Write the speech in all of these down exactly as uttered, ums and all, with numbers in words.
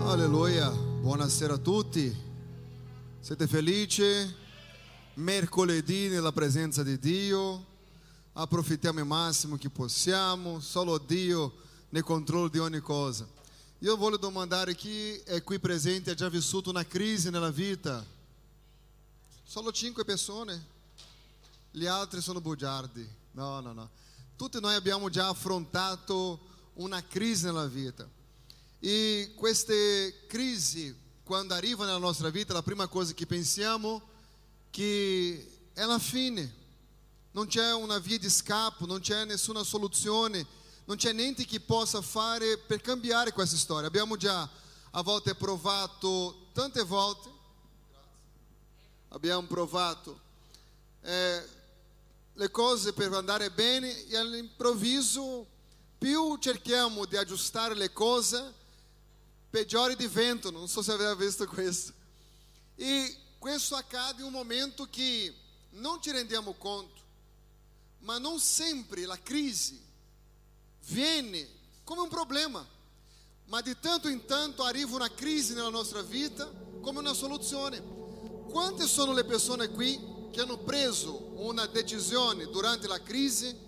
Alleluia, buonasera a tutti. Siete felici? Mercoledì nella presenza di Dio. Approfittiamo il massimo che possiamo. Solo Dio nel controllo di ogni cosa. Io voglio domandare chi è qui presente ha già vissuto una crisi nella vita. Solo cinque persone? Gli altri sono bugiardi. No, no, no. Tutti noi abbiamo già affrontato una crisi nella vita. E queste crisi, quando arrivano nella nostra vita, la prima cosa che pensiamo che è la fine. Non c'è una via di scappo, non c'è nessuna soluzione, non c'è niente che possa fare per cambiare questa storia. Abbiamo già a volte provato tante volte, abbiamo provato eh, le cose per andare bene e all'improvviso più cerchiamo di aggiustare le cose, peggiori diventano. Non so se avete visto questo. E questo accade in un momento che non ci rendiamo conto, ma non sempre la crisi viene come un problema, ma di tanto in tanto arriva una crisi nella nostra vita come una soluzione. Quante sono le persone qui che hanno preso una decisione durante la crisi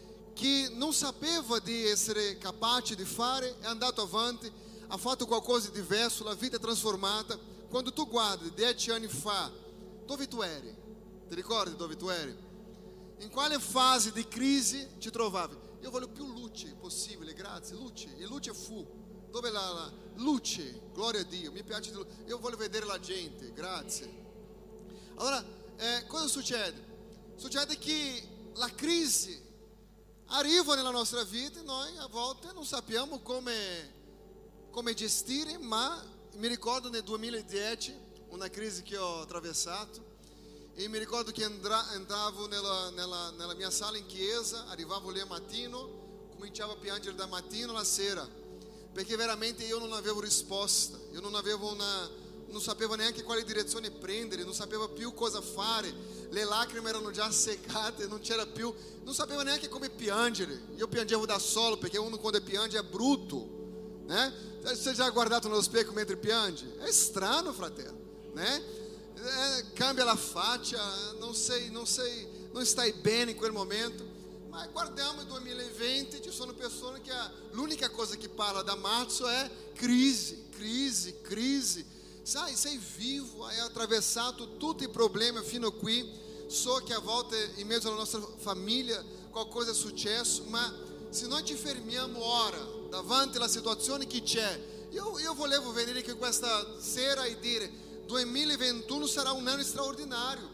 che non sapeva di essere capace di fare, è andato avanti, ha fatto qualcosa di diverso, la vita è trasformata. Quando tu guardi dieci anni fa, dove tu eri? Ti ricordi dove tu eri? In quale fase di crisi ti trovavi? Io voglio più luce possibile, grazie, luce. E luce fu. Dove la, la luce? Gloria a Dio, mi piace di luce. Io voglio vedere la gente, grazie. Allora, eh, cosa succede? Succede che la crisi arriva nella nostra vita e noi a volte non sappiamo come, come gestire, ma mi ricordo nel duemiladieci, una crisi che ho attraversato, e mi ricordo che andra, andavo nella, nella, nella mia sala in chiesa, arrivavo lì al mattino, cominciavo a piangere da mattino alla sera, perché veramente io non avevo risposta, io non avevo una, non sapevo neanche quale direzione prendere, non sapevo più cosa fare, le lacrime erano già seccate, non c'era più, non sapevo neanche come piangere. Io piangevo da solo, perché uno quando piange è brutto, né? Você já guardato nello specchio mentre piange? È strano, fratello, né? Eh, cambia la faccia, non sei, non sei, non stai bene in quel momento. Ma guardiamo il duemilaventi, ci sono persone che ha, l'unica cosa che parla da marzo è crisi, crisi, crisi. Sai, sei vivo, hai attraversato tutti i problemi fino a qui. So che a volte in mezzo alla nostra famiglia qualcosa è successo, ma se noi ci fermiamo ora davanti alla situazione che c'è, io, io volevo venire qui questa sera e dire duemilaventuno sarà un anno straordinario,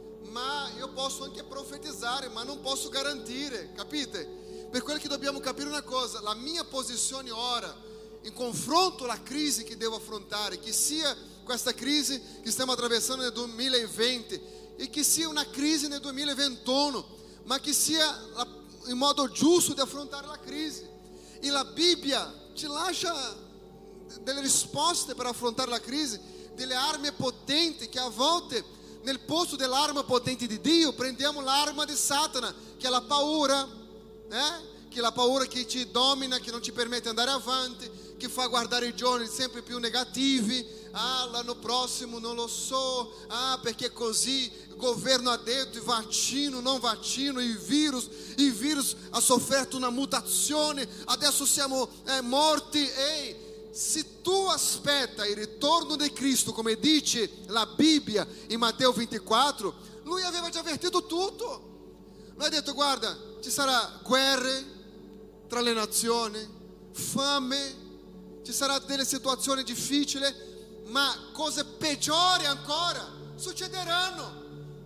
ma io posso anche profetizzare, ma non posso garantire, capite? Per quello che dobbiamo capire una cosa, la mia posizione ora in confronto alla crisi che devo affrontare, che sia questa crisi che stiamo attraversando nel duemilaventi e che sia una crisi nel duemilaventuno, ma che sia la, il modo giusto di affrontare la crisi. E la Bibbia ci lascia delle risposte per affrontare la crisi, delle armi potenti che a volte nel posto dell'arma potente di Dio prendiamo l'arma di Satana, che è la paura, eh? Che è la paura che ci domina, che non ci permette di andare avanti, che fa guardare i giorni sempre più negativi. Ah, l'anno prossimo non lo so, ah, perché così il governo ha detto, il vaccino, non vaccino, il virus, il virus ha sofferto una mutazione, adesso siamo eh, morti. Ehi, se tu aspetta il ritorno di Cristo, come dice la Bibbia in Matteo ventiquattro, lui aveva già avvertito tutto. Lui ha detto, guarda, ci sarà guerre tra le nazioni, fame, ci saranno delle situazioni difficili, ma cose peggiori ancora succederanno.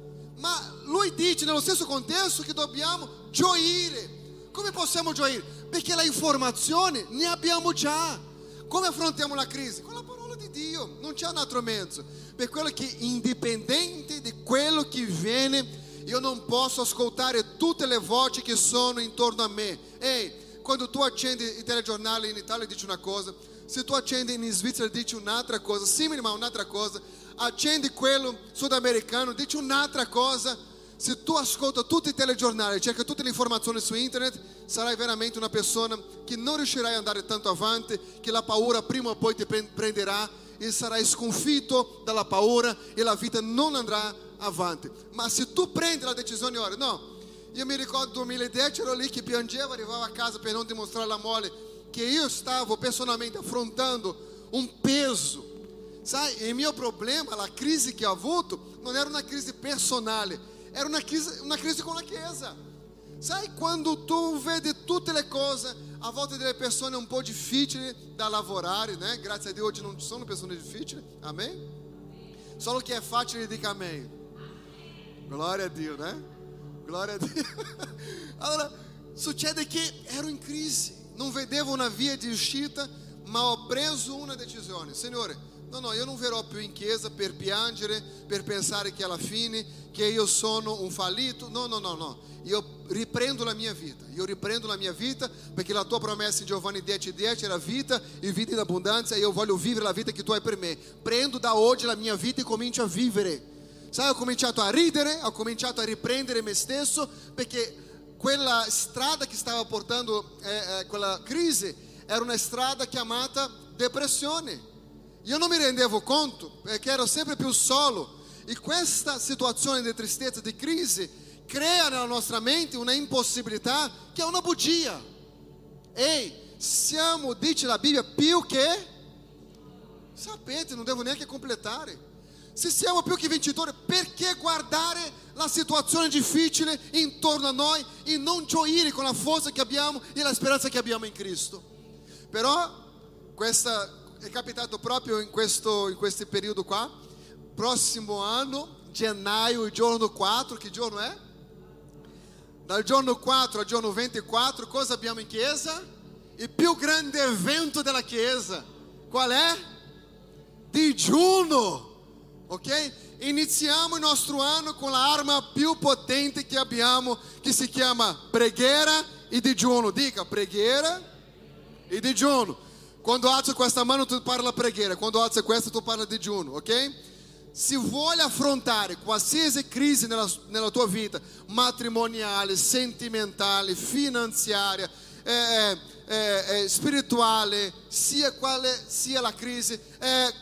Ma lui dice nello stesso contesto che dobbiamo gioire. Come possiamo gioire? Perché la informazione ne abbiamo già. Come affrontiamo la crisi? Con la parola di Dio, non c'è un altro mezzo. Per quello che indipendente di quello che viene, io non posso ascoltare tutte le voci che sono intorno a me. Ehi, quando tu accendi il telegiornale in Italia dice una cosa, se tu accendi in Svizzera dice un'altra cosa, simile ma un'altra cosa, accendi quello sudamericano dice un'altra cosa. se tu ascolta tutti i telegiornali, cerca tutte le informazioni su internet, sarai veramente una persona che non riuscirai ad andare tanto avanti, che la paura prima o poi ti prenderà e sarai sconfitto dalla paura e la vita non andrà avanti. Ma se tu prendi la decisione ora, no, io mi ricordo duemiladieci, ero lì che piangevo, arrivavo a casa per non dimostrare l'amore, che io stavo personalmente affrontando un peso. Sai, il mio problema, la crisi che ho avuto, non era una crisi personale, era una crisi, una crisi con la Chiesa. Sai, quando tu vedi tutte le cose, a volte delle persone un po' difficili da lavorare, né? Grazie a Dio oggi non ci sono persone difficili, amen? Solo chi è facile dica amen. Gloria a Dio, né? Gloria a Dio. Allora, succede che ero in crisi, non vedevo una via di uscita, ma ho preso una decisione. Signore, no, no, io non verrò più in chiesa per piangere, per pensare che alla fine che io sono un fallito. No, no, no, no. Io riprendo la mia vita. Io riprendo la mia vita perché la tua promessa in Giovanni dieci dieci era vita e vita in abbondanza e io voglio vivere la vita che tu hai per me. Prendo da oggi la mia vita e comincio a vivere. Sai, ho cominciato a ridere, ho cominciato a riprendere me stesso perché quella strada che stava portando eh, eh, quella crisi era una strada chiamata depressione. Io non mi rendevo conto perché ero sempre più solo e questa situazione di tristezza, di crisi crea nella nostra mente una impossibilità che è una bugia. Ehi, siamo, dice la Bibbia, più che sapete, non devo neanche completare. Se siamo più che vincitori, perché guardare la situazione difficile intorno a noi e non gioire con la forza che abbiamo e la speranza che abbiamo in Cristo? Però questa è capitato proprio in questo, in questo periodo qua. Prossimo anno, gennaio, il giorno quattro, che giorno è? Dal giorno quattro al giorno ventiquattro, cosa abbiamo in chiesa? Il più grande evento della chiesa. Qual è? Digiuno. Ok? Iniziamo il nostro anno con l'arma più potente che abbiamo, che si chiama preghiera e digiuno. Dica, preghiera e digiuno. Quando alzo questa mano tu parla preghiera, quando alzo questa tu parla digiuno, ok? Se vuole affrontare qualsiasi crisi nella, nella tua vita, matrimoniale, sentimentale, finanziaria, eh, eh, eh, spirituale, sia quale sia la crisi, eh,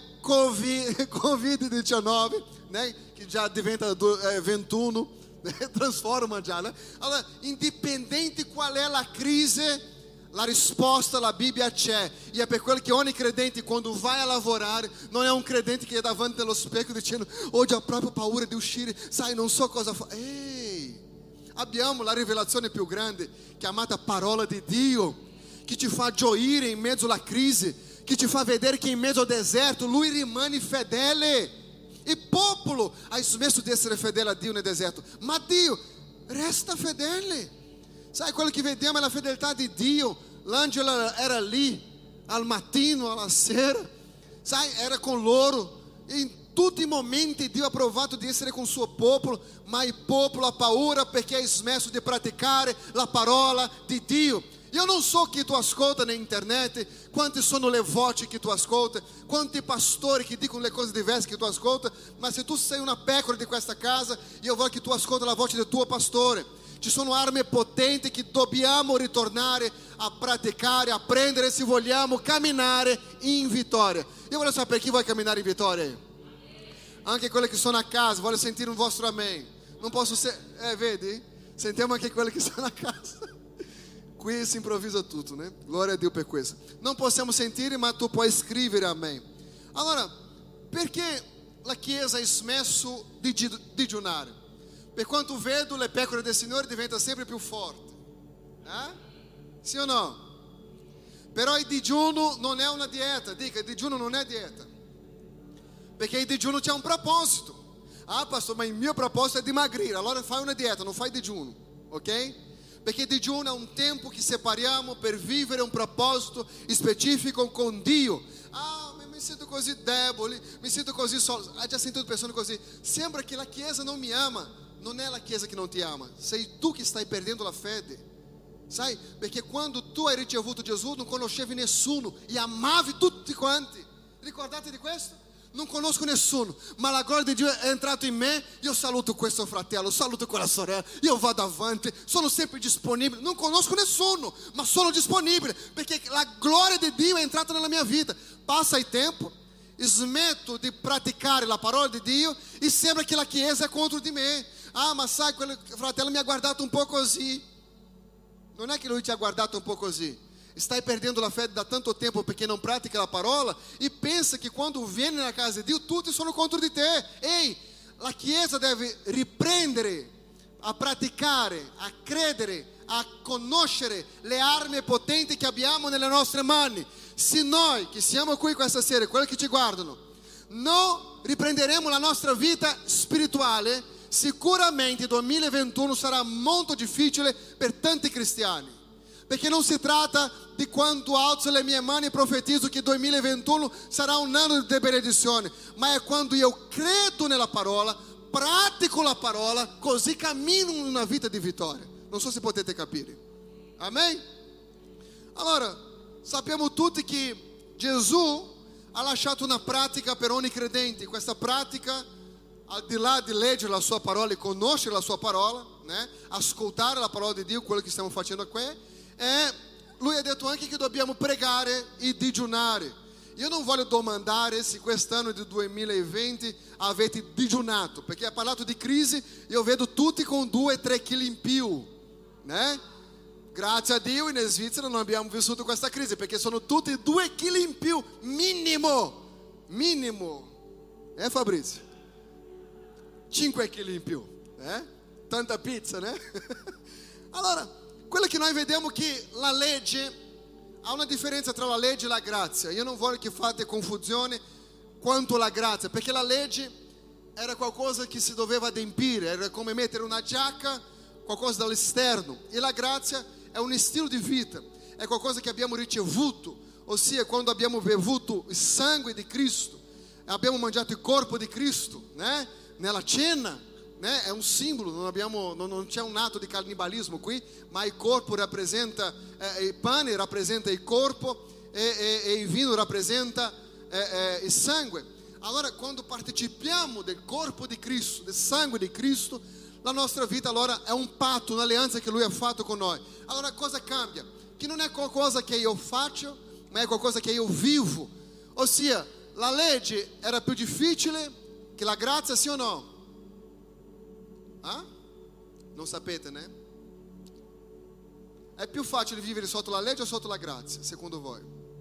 covid diciannove, né? Che già diventa eh, ventuno, trasforma già, né? Allora, indipendente qual è la crisi, la risposta la Bibbia c'è, e è per quello che ogni credente quando vai a lavorare non è un credente che è davanti allo specchio dicendo oggi ho proprio paura di uscire, sai, non so cosa fare. Ehi, abbiamo la rivelazione più grande chiamata parola di Dio, che ti fa gioire in mezzo alla crisi, che ti fa vedere che in mezzo al deserto Lui rimane fedele. Il popolo ha smesso di essere fedele a Dio nel deserto, ma Dio resta fedele. Sai, quello che vediamo è la fedeltà di Dio. L'angelo era lì al mattino, alla sera, sai, era con loro. In tutti i momenti Dio ha provato di essere con il suo popolo, ma il popolo ha paura perché ha smesso di praticare la parola di Dio. Io non so chi tu ascolta na internet, quante sono le voci che tu ascolta, quanti pastori che dicono le cose diverse che tu ascolta, ma se tu sei una pecora di questa casa, io voglio che tu ascolti la voce del tuo pastore. Ci sono armi potenti che dobbiamo ritornare a praticare, a prendere se vogliamo camminare in vittoria. Io voglio sapere chi vuole camminare in vittoria. Anche quelli che sono a casa, voglio sentire un vostro amen. Non posso se... Eh, vedi? Sentiamo anche quelli che sono a casa. Qui si improvvisa tutto, né? Gloria a Dio per questo. Non possiamo sentire, ma tu puoi scrivere amen. Allora, perché la Chiesa ha smesso di digiunare? Per quanto vedo, le pecore del Signore diventano sempre più forti. Eh? Sì o no? Però il digiuno non è una dieta. Dica, il digiuno non è dieta. Perché il digiuno c'è un proposito. Ah, pastor, ma il mio proposito è dimagrire. Allora fai una dieta, non fai digiuno. Ok? Perché il digiuno è un tempo che separiamo per vivere un proposito specifico con Dio. Ah, mi sento così debole, mi sento così solo. Ah, già sentito persone così. Sembra che la Chiesa non mi ama. Non è la Chiesa che non ti ama, sei tu che stai perdendo la fede. Sai, perché quando tu hai ricevuto Gesù non conoscevi nessuno e amavi tutti quanti. Ricordate di questo? non conosco nessuno, ma la gloria di Dio è entrata in me, io saluto questo fratello, saluto quella sorella, io vado avanti, sono sempre disponibile, non conosco nessuno, ma sono disponibile, perché la gloria di Dio è entrata nella mia vita. Passa il tempo, smetto di praticare la parola di Dio e sembra che la chiesa è contro di me. Ah, ma sai, quel fratello mi ha guardato un po' così. Non è che lui ti ha guardato un po' così. Stai perdendo la fede da tanto tempo perché non pratica la parola e pensa che quando viene nella casa di Dio tutti sono contro di te. Ehi, la Chiesa deve riprendere a praticare, a credere, a conoscere le armi potenti che abbiamo nelle nostre mani. Se noi che siamo qui questa sera, quelli che ci guardano, non riprenderemo la nostra vita spirituale, sicuramente duemilaventuno sarà molto difficile per tanti cristiani. Perché non si tratta di quanto alzo le mie mani e profetizzo che duemilaventuno sarà un anno di benedizione, ma è quando io credo nella parola, pratico la parola, così cammino in una vita di vittoria. Non so se potete capire. Amen? Allora, sappiamo tutti che Gesù ha lasciato una pratica per ogni credente. Questa pratica, al di là di leggere la sua parola e conoscere la sua parola, né? Ascoltare la parola di Dio, quello che stiamo facendo qui, e lui ha detto anche che dobbiamo pregare e digiunare. Io non voglio domandare se quest'anno di duemilaventi avete digiunato, perché ha parlato di crisi, io vedo tutti con due, tre chili in più, né? Grazie a Dio in Svizzera non abbiamo vissuto questa crisi, perché sono tutti due chili in più, minimo, minimo, eh Fabrizio? cinque chili in più, eh? Tanta pizza, né? Allora, quello che noi vediamo che la legge ha una differenza tra la legge e la grazia. Io non voglio che fate confusione quanto alla grazia, perché la legge era qualcosa che si doveva adempiere, era come mettere una giacca, qualcosa dall'esterno, e la grazia è un stile di vita, è qualcosa che abbiamo ricevuto, ossia quando abbiamo bevuto il sangue di Cristo, abbiamo mangiato il corpo di Cristo, né? Nella cena, né? È un simbolo, non, abbiamo, non, non c'è un atto di cannibalismo qui, ma il corpo rappresenta, eh, il pane rappresenta il corpo e, e, e il vino rappresenta eh, eh, il sangue. Allora quando partecipiamo del corpo di Cristo, del sangue di Cristo, la nostra vita allora è un patto, un'alleanza che Lui ha fatto con noi. Allora cosa cambia? Che non è qualcosa che io faccio, ma è qualcosa che io vivo. Ossia, la legge era più difficile che la grazia, sì o no? Ah? Non sapete, né? È più facile vivere sotto la legge o sotto la grazia, secondo voi?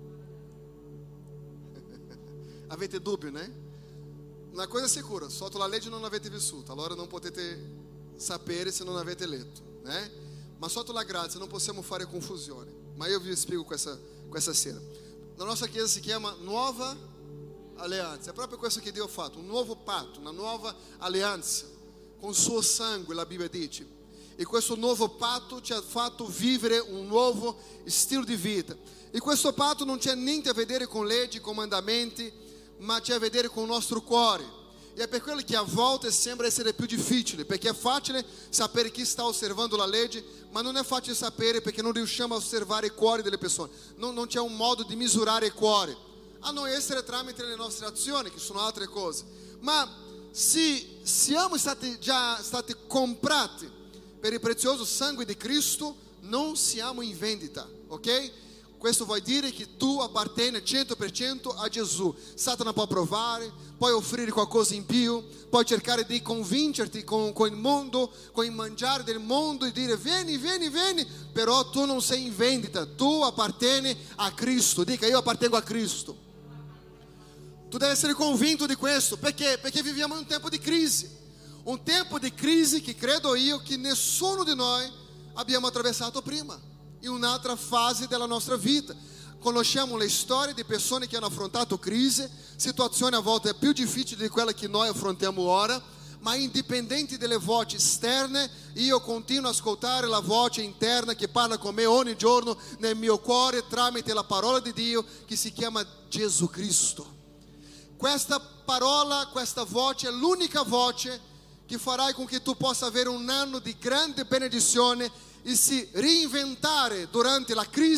Avete dubbio, né? Una cosa è sicura, sotto la legge non avete vissuto, allora non potete sapere se non avete letto, né? Ma sotto la grazia non possiamo fare confusione. Ma io vi spiego questa, questa sera. La nostra chiesa si chiama Nuova Alleanza, è proprio questo che Dio ha fatto, un nuovo patto, una nuova alleanza. Con il suo sangue, la Bibbia dice, e questo nuovo patto ci ha fatto vivere un nuovo stile di vita. E questo patto non c'è niente a vedere con leggi, comandamenti, ma c'è a vedere con il nostro cuore. E è per quello che a volte sembra essere più difficile, perché è facile sapere chi sta osservando la legge, ma non è facile sapere perché non riusciamo a osservare i cuori delle persone. Non, non c'è un modo di misurare il cuore, a non essere tramite le nostre azioni, che sono altre cose. Ma se siamo stati già stati comprati per il prezioso sangue di Cristo, non siamo in vendita, ok? Questo vuol dire che tu appartieni cento per cento a Gesù. Satana può provare, puoi offrire qualcosa in più, puoi cercare di convincerti con, con il mondo, con il mangiare del mondo e dire vieni, vieni, vieni, però tu non sei in vendita, tu appartieni a Cristo. Dica, io appartengo a Cristo. Tu devi essere convinto di questo, perché? Perché viviamo in un tempo di crisi, un tempo di crisi che credo io che nessuno di noi abbiamo attraversato prima, in un'altra fase della nostra vita. Conosciamo le storie di persone che hanno affrontato crisi, situazioni a volte più difficili di quelle che noi affrontiamo ora, ma indipendenti dalle voci esterne, io continuo ad ascoltare la voce interna che parla con me ogni giorno nel mio cuore tramite la parola di Dio che si chiama Gesù Cristo. Questa parola, questa voce è l'unica voce che farà con che tu possa avere un anno di grande benedizione e si reinventare durante la crisi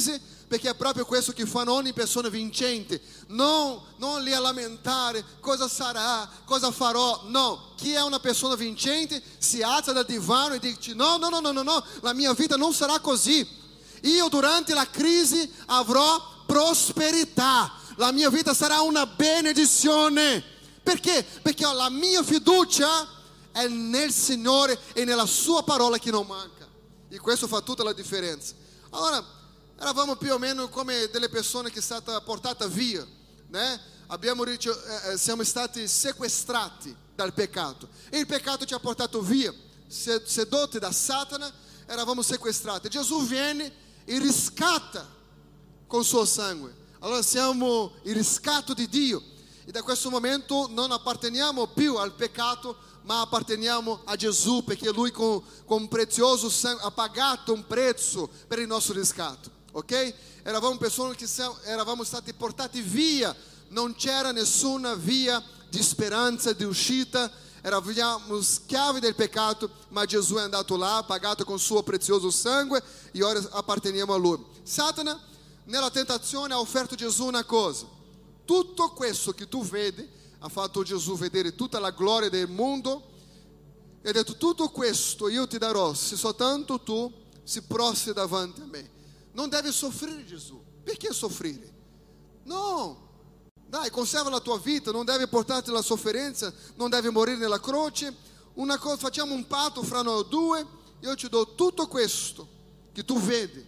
perché è proprio questo che fanno ogni persona vincente. Non, non lì a lamentare cosa sarà, cosa farò. No, chi è una persona vincente si alza dal divano e dice: no, no, no, no, no, no, la mia vita non sarà così. Io durante la crisi avrò prosperità, la mia vita sarà una benedizione. Perché? Perché la mia fiducia è nel Signore e nella sua parola che non manca. E questo fa tutta la differenza. Allora, eravamo più o meno come delle persone che è stata portata via, né? Abbiamo, eh, siamo stati sequestrati dal peccato e il peccato ci ha portato via, sedotti da Satana, eravamo sequestrati. Gesù viene e riscatta con il suo sangue. Allora siamo il riscatto di Dio e da questo momento non apparteniamo più al peccato, ma apparteniamo a Gesù, perché Lui con, con un prezioso sangue ha pagato un prezzo per il nostro riscatto. Ok? Eravamo persone che siamo, eravamo stati portati via, non c'era nessuna via di speranza, di uscita, eravamo schiavi del peccato, ma Gesù è andato là, ha pagato con il suo prezioso sangue e ora apparteniamo a Lui. Satana, nella tentazione, ha offerto a Gesù una cosa: tutto questo che tu vedi, ha fatto Gesù vedere tutta la gloria del mondo e ha detto: tutto questo io ti darò se soltanto tu si prostri davanti a me. Non deve soffrire Gesù. Perché soffrire? No, dai, conserva la tua vita, non deve portarti la sofferenza, non deve morire nella croce. Una cosa, facciamo un patto fra noi due: io ti do tutto questo che tu vedi,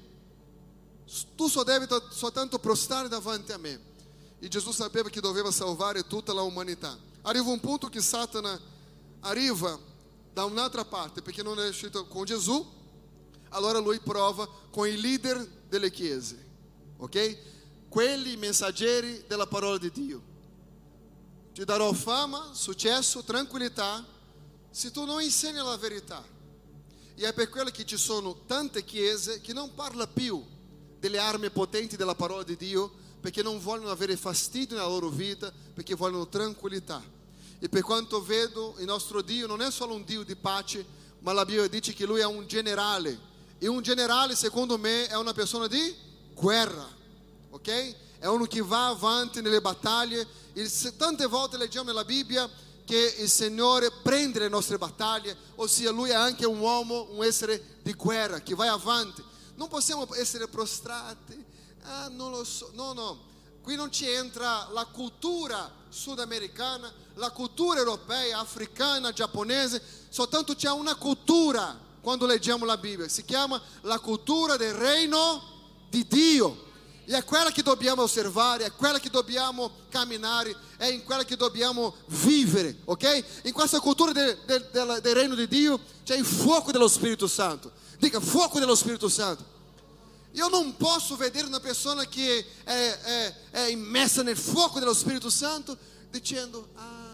tu só devi soltanto prostrare davanti a me. E Gesù sapeva che doveva salvare tutta la umanità. Arriva un punto che Satana arriva da un'altra parte, perché non è uscito con Gesù. Allora lui prova con i leader delle chiese, ok? Quelli messaggeri della parola di Dio. Ti darò fama, successo, tranquillità se tu non insegni la verità. E è per quello che ci sono tante chiese che non parlano più delle armi potenti della parola di Dio, perché non vogliono avere fastidio nella loro vita, perché vogliono tranquillità. E per quanto vedo, il nostro Dio non è solo un Dio di pace, ma la Bibbia dice che Lui è un generale. E un generale, secondo me, è una persona di guerra, ok? È uno che va avanti nelle battaglie. E tante volte leggiamo nella Bibbia che il Signore prende le nostre battaglie, ossia Lui è anche un uomo, un essere di guerra, che va avanti. Non possiamo essere prostrati. Ah, non lo so. No, no. Qui non ci entra la cultura sudamericana, la cultura europea, africana, giapponese. Soltanto c'è una cultura quando leggiamo la Bibbia. Si chiama la cultura del regno di Dio. E è quella che dobbiamo osservare, è quella che dobbiamo camminare, è in quella che dobbiamo vivere, ok? In questa cultura del, del, del, del regno di Dio c'è il fuoco dello Spirito Santo. Dica, fuoco dello Spirito Santo. Io non posso vedere una persona che è, è, è immessa nel fuoco dello Spirito Santo dicendo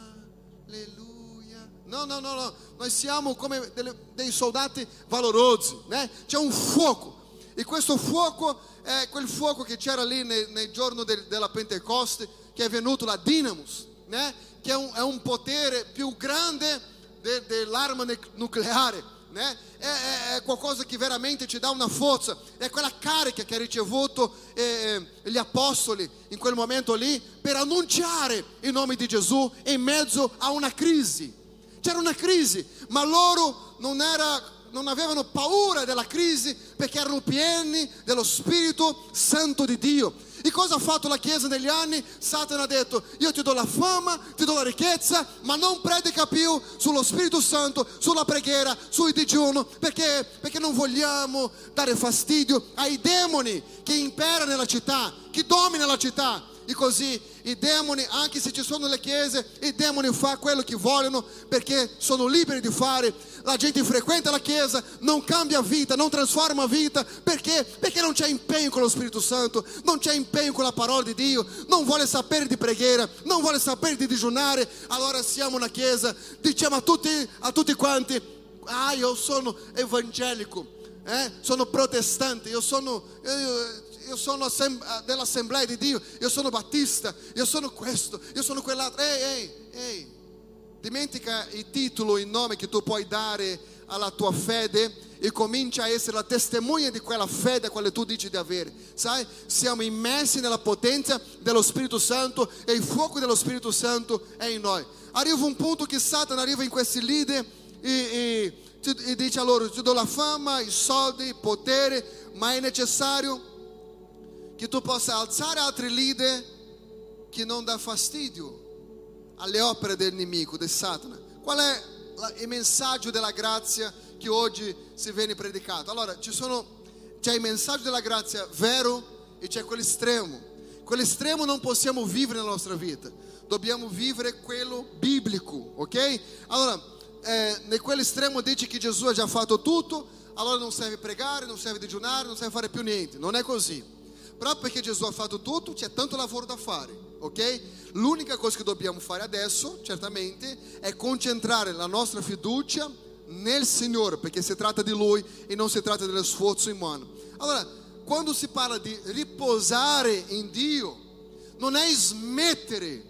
alleluia. No, no, no, no. Noi siamo come delle, dei soldati valorosi, né? C'è un fuoco. E questo fuoco è quel fuoco che c'era lì nel, nel giorno del, della Pentecoste, che è venuto la Dinamus, né? Che è un, è un potere più grande de, dell'arma nucleare. Né? È, è, è qualcosa che veramente ci dà una forza, è quella carica che ha ricevuto eh, gli apostoli in quel momento lì per annunciare il nome di Gesù in mezzo a una crisi. C'era una crisi, ma loro non, era, non avevano paura della crisi perché erano pieni dello Spirito Santo di Dio. E cosa ha fatto la Chiesa negli anni? Satana ha detto: io ti do la fama, ti do la ricchezza, ma non predica più sullo Spirito Santo, sulla preghiera, sul digiuno, perché, perché non vogliamo dare fastidio ai demoni che imperano nella città, che dominano la città. E così i demoni, anche se ci sono le chiese, i demoni fanno quello che vogliono perché sono liberi di fare. La gente frequenta la chiesa, non cambia vita, non trasforma vita. Perché? Perché non c'è impegno con lo Spirito Santo, non c'è impegno con la parola di Dio, non vuole sapere di preghiera, non vuole sapere di digiunare. Allora siamo una chiesa, diciamo a tutti, a tutti quanti: ah, io sono evangelico, eh? Sono protestante, io sono... Io, Io sono dell'Assemblea di Dio, io sono battista, io sono questo, io sono quell'altro. Ehi, ehi, ehi, dimentica il titolo, il nome che tu puoi dare alla tua fede e comincia a essere la testemunha di quella fede a quale tu dici di avere. Sai, siamo immersi nella potenza dello Spirito Santo e il fuoco dello Spirito Santo è in noi. Arriva un punto che Satana arriva in questi leader e, e, e dice a loro: ti do la fama, i soldi, il potere, ma è necessario che tu possa alzare altri leader che non dà fastidio alle opere del nemico, di Satana. Qual è la, il messaggio della grazia che oggi si viene predicato? Allora, ci sono, c'è il messaggio della grazia vero e c'è quell'estremo. Quell'estremo non possiamo vivere nella nostra vita, dobbiamo vivere quello biblico, ok? Allora, eh, in quell'estremo dice che Gesù ha già fatto tutto, allora non serve pregare, non serve digiunare, non serve fare più niente. Non è così. Proprio perché Gesù ha fatto tutto, c'è tanto lavoro da fare, ok? L'unica cosa che dobbiamo fare adesso, certamente, è concentrare la nostra fiducia nel Signore, perché si tratta di Lui e non si tratta dello sforzo umano. Allora, quando si parla di riposare in Dio, non è smettere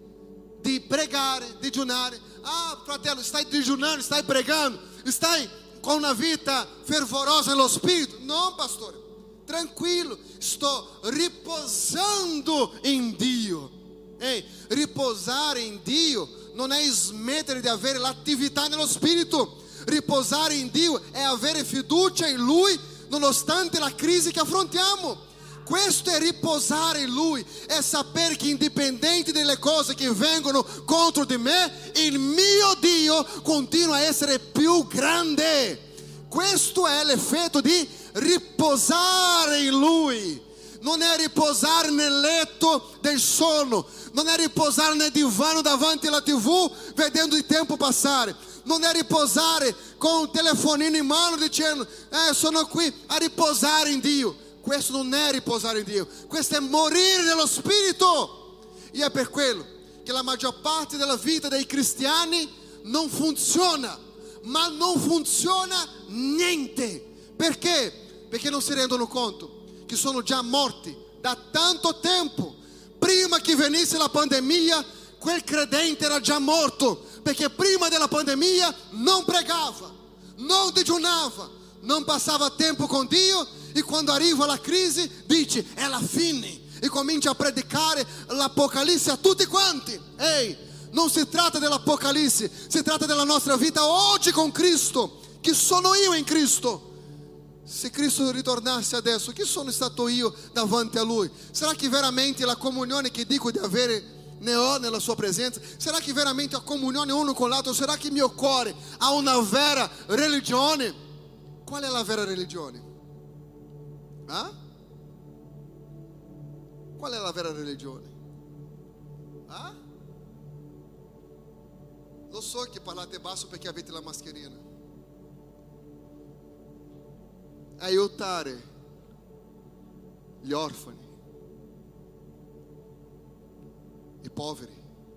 di pregare, digiunare. Ah, fratello, stai digiunando, stai pregando, stai con una vita fervorosa nello Spirito. No, pastore. Tranquillo, sto riposando in Dio. Ehi, riposare in Dio non è smettere di avere l'attività nello Spirito. Riposare in Dio è avere fiducia in Lui nonostante la crisi che affrontiamo. Questo è riposare in Lui, è sapere che indipendente delle cose che vengono contro di me, il mio Dio continua a essere più grande. Questo è l'effetto di riposare in Lui. Non è riposare nel letto del sonno, non è riposare nel divano davanti alla tivù vedendo il tempo passare, non è riposare con un telefonino in mano dicendo eh, sono qui a riposare in Dio. Questo non è riposare in Dio, questo è morire nello Spirito. E è per quello che la maggior parte della vita dei cristiani non funziona, ma non funziona niente. Perché? Perché non si rendono conto che sono già morti da tanto tempo. Prima che venisse la pandemia, quel credente era già morto, perché prima della pandemia non pregava, non digiunava, non passava tempo con Dio, e quando arriva la crisi dice è la fine e comincia a predicare l'Apocalisse a tutti quanti. Ehi, non si tratta dell'Apocalisse, si tratta della nostra vita oggi con Cristo. Chi sono io in Cristo? Se Cristo ritornasse adesso, chi sono stato io davanti a Lui? Sarà che veramente la comunione che dico di avere ne ho nella sua presenza? Sarà che veramente ho comunione uno con l'altro? Sarà che il mio cuore ha una vera religione? Qual è la vera religione? Ah? Qual è la vera religione? Ah? Lo so che parlate basso perché avete la mascherina. Aiutare gli orfani, i poveri.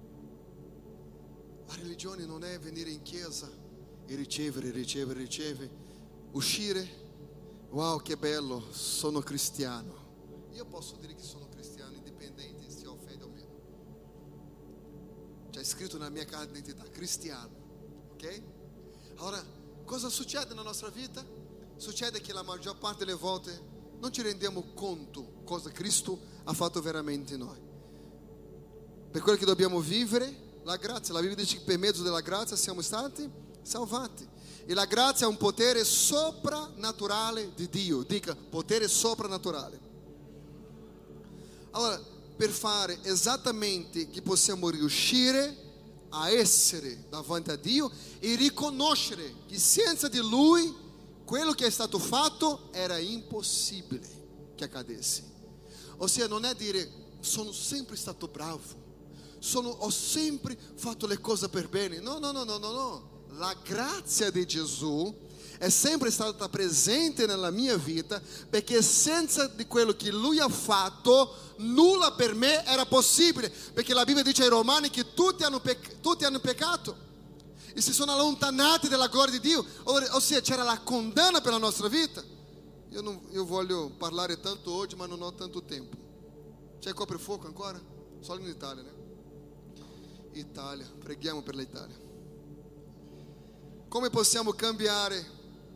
La religione non è venire in chiesa e ricevere, ricevere, ricevere, uscire, wow che bello, sono cristiano. Io posso dire che sono cristiano indipendente se ho fede o meno. C'è scritto nella mia carta d'identità, cristiano, ok? Allora, cosa succede nella nostra vita? Succede che la maggior parte delle volte non ci rendiamo conto cosa Cristo ha fatto veramente in noi. Per quello che dobbiamo vivere la grazia. La Bibbia dice che per mezzo della grazia siamo stati salvati. E la grazia è un potere soprannaturale di Dio. Dica, potere soprannaturale. Allora, per fare esattamente che possiamo riuscire a essere davanti a Dio e riconoscere che senza di Lui quello che è stato fatto era impossibile che accadesse. Ossia, non è dire sono sempre stato bravo, sono, ho sempre fatto le cose per bene. No, no, no, no, no, no. La grazia di Gesù è sempre stata presente nella mia vita, perché senza di quello che Lui ha fatto nulla per me era possibile. Perché la Bibbia dice ai Romani che tutti hanno, pec- tutti hanno peccato e si sono allontanati dalla gloria di Dio. Ossia, c'era la condanna per la nostra vita. Io, non, io voglio parlare tanto oggi, ma non ho tanto tempo. C'è coprifuoco ancora? Solo in Italia, né? Italia, preghiamo per l'Italia. Come possiamo cambiare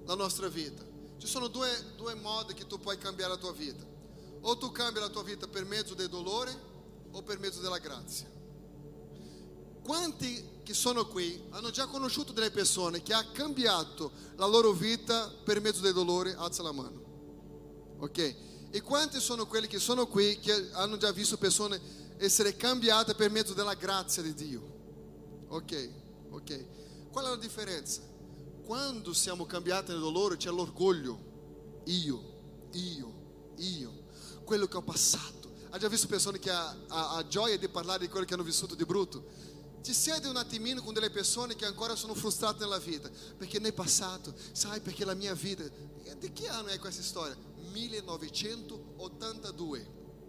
la nostra vita. Ci sono due, due modi che tu puoi cambiare la tua vita. O tu cambi la tua vita per mezzo del dolore o per mezzo della grazia. Quanti che sono qui hanno già conosciuto delle persone che hanno cambiato la loro vita per mezzo del dolore? Alza la mano. Ok? E quanti sono quelli che sono qui che hanno già visto persone essere cambiate per mezzo della grazia di Dio? Ok, ok. Qual è la differenza? Quando siamo cambiati nel dolore c'è l'orgoglio. Io, io, io, quello che ho passato. Hai già visto persone che hanno gioia di parlare di quello che hanno vissuto di brutto? Ti siedi un attimino con delle persone che ancora sono frustrate nella vita, perché nel passato, sai, perché la mia vita... Di che anno è questa storia? millenovecentottantadue.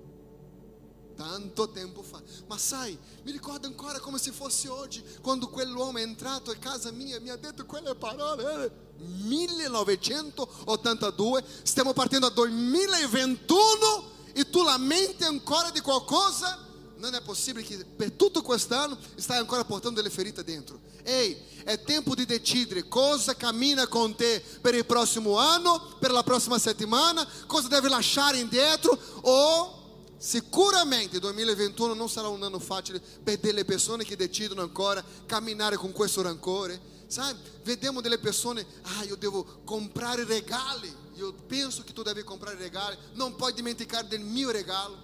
Tanto tempo fa. Ma sai, mi ricordo ancora come se fosse oggi, quando quell'uomo è entrato a casa mia e mi ha detto quelle parole. millenovecentottantadue, stiamo partendo dal duemilaventuno e tu lamenti ancora di qualcosa? Non è possibile che per tutto quest'anno stai ancora portando delle ferite dentro. Ehi, è tempo di decidere cosa cammina con te per il prossimo anno, per la prossima settimana, cosa devi lasciare indietro, o sicuramente il duemilaventuno non sarà un anno facile per delle persone che decidono ancora camminare con questo rancore. Sai, vediamo delle persone, ah, io devo comprare regali, io penso che tu devi comprare regali, non puoi dimenticare del mio regalo.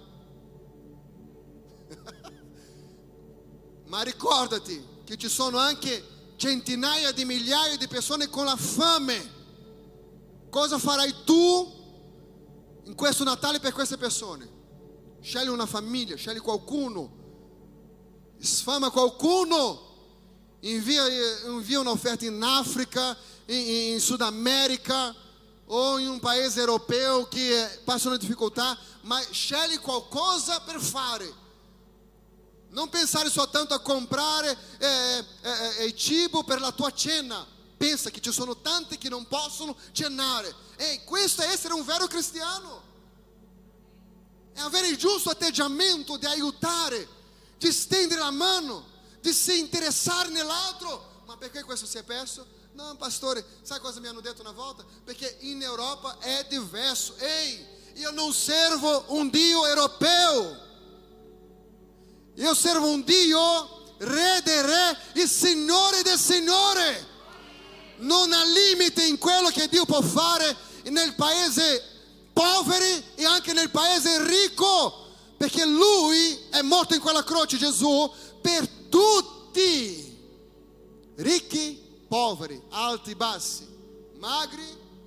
Ma ricordati che ci sono anche centinaia di migliaia di persone con la fame. Cosa farai tu in questo Natale per queste persone? Scegli una famiglia, scegli qualcuno, sfama qualcuno, invia, invia un'offerta in Africa, in, in Sud America o in un paese europeo che passa una difficoltà, ma scegli qualcosa per fare. Non pensare soltanto a comprare eh, eh, eh, cibo per la tua cena. Pensa che ci sono tanti che non possono cenare. E questo è essere un vero cristiano. È avere il giusto atteggiamento di aiutare, di stendere la mano, di si interessare nell'altro. Ma perché questo si è perso? No, pastore, sai cosa mi hanno detto una volta? Perché in Europa è diverso. Ehi, io non servo un Dio europeo. Io servo un Dio, Re del Re, il Signore del Signore. Non ha limite in quello che Dio può fare nel paese poveri e anche nel paese ricco, perché Lui è morto in quella croce, Gesù, per tutti, ricchi, poveri, alti, bassi, magri.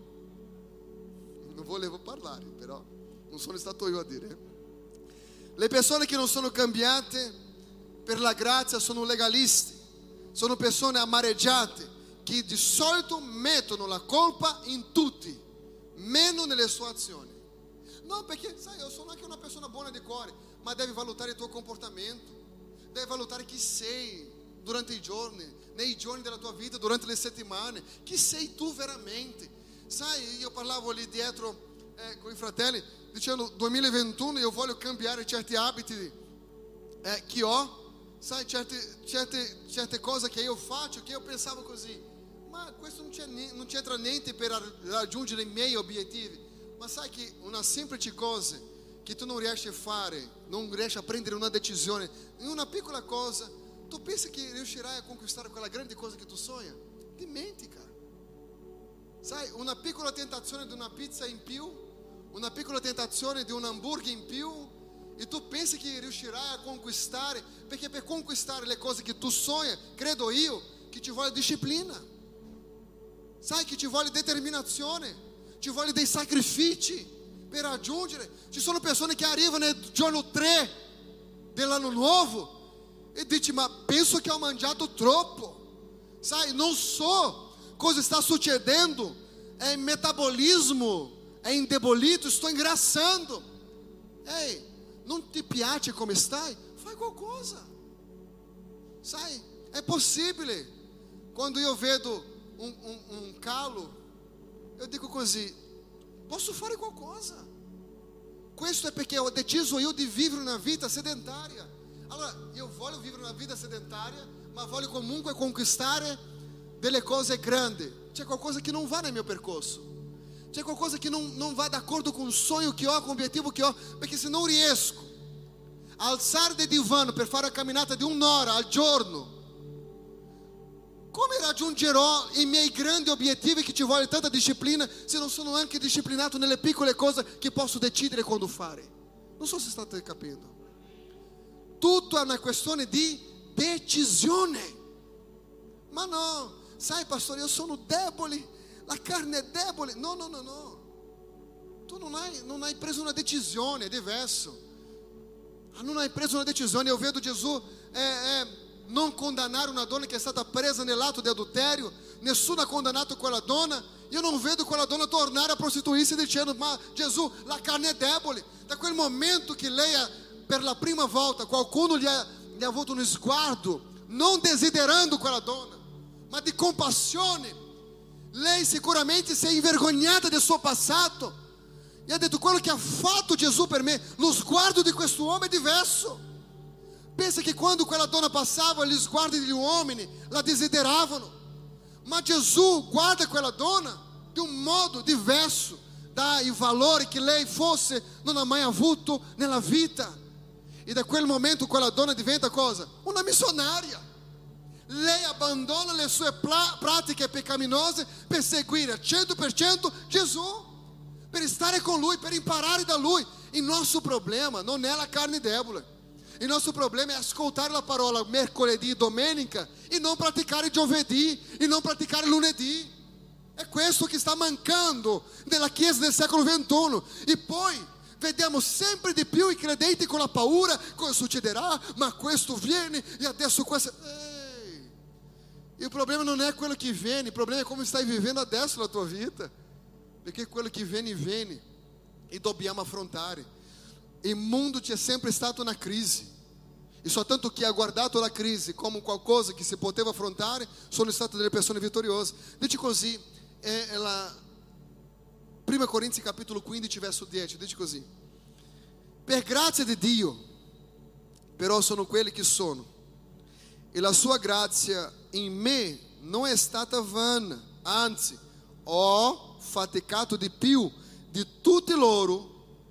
Non volevo parlare, però non sono stato io a dire. Le persone che non sono cambiate per la grazia sono legalisti, sono persone amareggiate che di solito mettono la colpa in tutti, meno nelle sue azioni. No, perché sai, io sono anche una persona buona di cuore, ma devi valutare il tuo comportamento, devi valutare chi sei durante i giorni, nei giorni della tua vita, durante le settimane, chi sei tu veramente. Sai, io parlavo lì dietro eh, con i fratelli, dicendo duemilaventuno io voglio cambiare certi abiti eh, che ho, sai, certe, certe, certe cose che io faccio, che io pensavo così, ma questo non, c'è, non c'entra niente per raggiungere i miei obiettivi. Ma sai che una semplice cosa che tu non riesci a fare, non riesci a prendere una decisione in una piccola cosa, tu pensi che riuscirai a conquistare quella grande cosa che tu sogna? Dimentica. Sai, una piccola tentazione di una pizza in più, una piccola tentazione di un hambúrguer in più, e tu pensi che riuscirai a conquistare, perché per conquistare le cose che tu sogni, credo io, che ci vuole disciplina, sai, che ci vuole determinazione, ci vuole dei sacrifici per raggiungere. Ci sono persone che arrivano nel giorno tre dell'anno nuovo e dici, ma penso che ho mangiato troppo, sai, non so cosa sta succedendo, è il metabolismo, è indebolito, sto ingrassando. Ehi, non ti piace come stai? Fai qualcosa. Sai, è possibile. Quando io vedo un, un, un calo, eu dico così, posso fare qualcosa. Questo è perché ho deciso io di vivere una vita sedentaria. Allora, io voglio vivere una vita sedentaria, ma voglio comunque conquistare delle cose grandi. c'è qualcosa che non va nel mio percorso, c'è qualcosa che non, non va d'accordo con il sogno che ho, con l'obiettivo che ho, perché se non riesco a alzare del divano per fare una camminata di un'ora al giorno, come raggiungerò i miei grandi obiettivi che ci vuole tanta disciplina se non sono anche disciplinato nelle piccole cose che posso decidere quando fare? Non so se state capendo. Tutto è una questione di decisione. Ma no, sai pastore, io sono debole, la carne è debole. No, no, no, no. Tu non hai, non hai preso una decisione, è diverso. Non hai preso una decisione. Io vedo Gesù é, é, non condannare una donna che è stata presa nell'atto di adulterio. Nessuno ha condannato quella donna. Io non vedo quella donna tornare a prostituirsi dicendo: ma Gesù, la carne è debole. Da quel momento che lei, per la prima volta, qualcuno gli ha, gli ha avuto uno sguardo, non desiderando quella donna, ma di compassione, lei sicuramente si è invergognata del suo passato e ha detto: quello che ha fatto Gesù per me, lo sguardo di questo uomo è diverso. Pensa che quando quella donna passava, gli sguardi degli uomini la desideravano, ma Gesù guarda quella donna di un modo diverso, dà i valori che lei forse non ha mai avuto nella vita. E da quel momento quella donna diventa cosa? Una missionaria. Lei abbandona le sue pra- pratiche peccaminose per seguire al cento per cento Gesù, per stare con Lui, per imparare da Lui. Il nostro problema non è la carne debole. Il nostro problema è ascoltare la parola mercoledì e domenica e non praticare giovedì e non praticare lunedì. È questo che sta mancando nella Chiesa del secolo ventuno. E poi vediamo sempre di più i credenti con la paura: cosa succederà? Ma questo viene e adesso questo... Ehi, il problema non è quello che viene, il problema è come stai vivendo adesso la tua vita, perché quello che viene viene e dobbiamo affrontare. Il mondo c'è sempre stato una crisi e soltanto chi ha guardato la crisi come qualcosa che si poteva affrontare sono state delle persone vittoriose. Dice così, è la prima Corinzi capitolo quindici verso dieci, dice così: per grazia di Dio però sono quelli che sono, e la sua grazia in me non è stata vana, anzi ho faticato di più di tutti loro.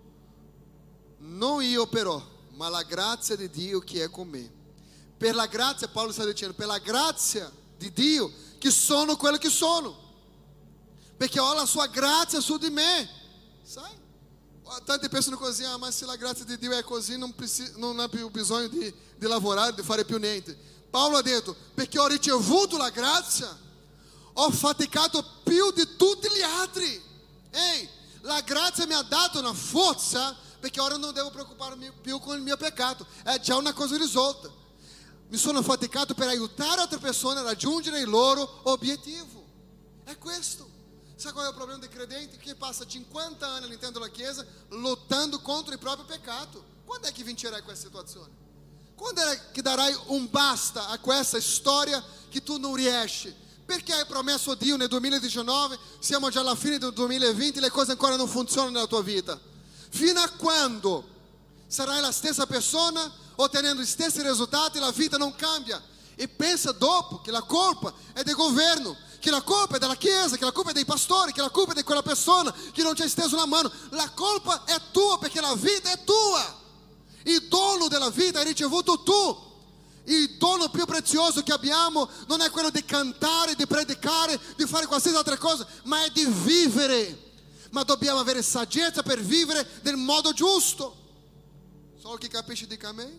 Non io però, ma la grazia di Dio che è con me. Per la grazia, Paolo sta dicendo, per la grazia di Dio che sono quello che sono, perché ho la sua grazia su di me. Sai? Tante pensano così: ah, ma se la grazia di Dio è così, non, precisa, non ha più bisogno di, di lavorare, di fare più niente. Paolo ha detto: perché ho ricevuto la grazia, ho faticato più di tutti gli altri. Ehi, la grazia mi ha dato una forza, perché ora non devo preoccuparmi più con il mio peccato, è già una cosa risolta. Mi sono faticato per aiutare altre persone a raggiungere il loro obiettivo. È questo. Sai qual è il problema dei credenti? Che passa cinquanta anni all'interno della Chiesa lottando contro il proprio peccato. Quando è che vincerai questa situazione? Quando è che darai un basta a questa storia che tu non riesci? Perché hai promesso a Dio nel duemiladiciannove, siamo già alla fine del duemilaventi, le cose ancora non funzionano nella tua vita. Fino a quando sarai la stessa persona, ottenendo gli stessi risultati, la vita non cambia. E pensa dopo che la colpa è del governo, che la colpa è della Chiesa, che la colpa è dei pastori, che la colpa è di quella persona che non ci ha steso la mano. La colpa è tua, perché la vita è tua. Il dono della vita hai ricevuto tu. Il dono più prezioso che abbiamo non è quello di cantare, di predicare, di fare qualsiasi altra cosa, ma è di vivere. Ma dobbiamo avere saggezza per vivere nel modo giusto. Solo chi capisce dica amen.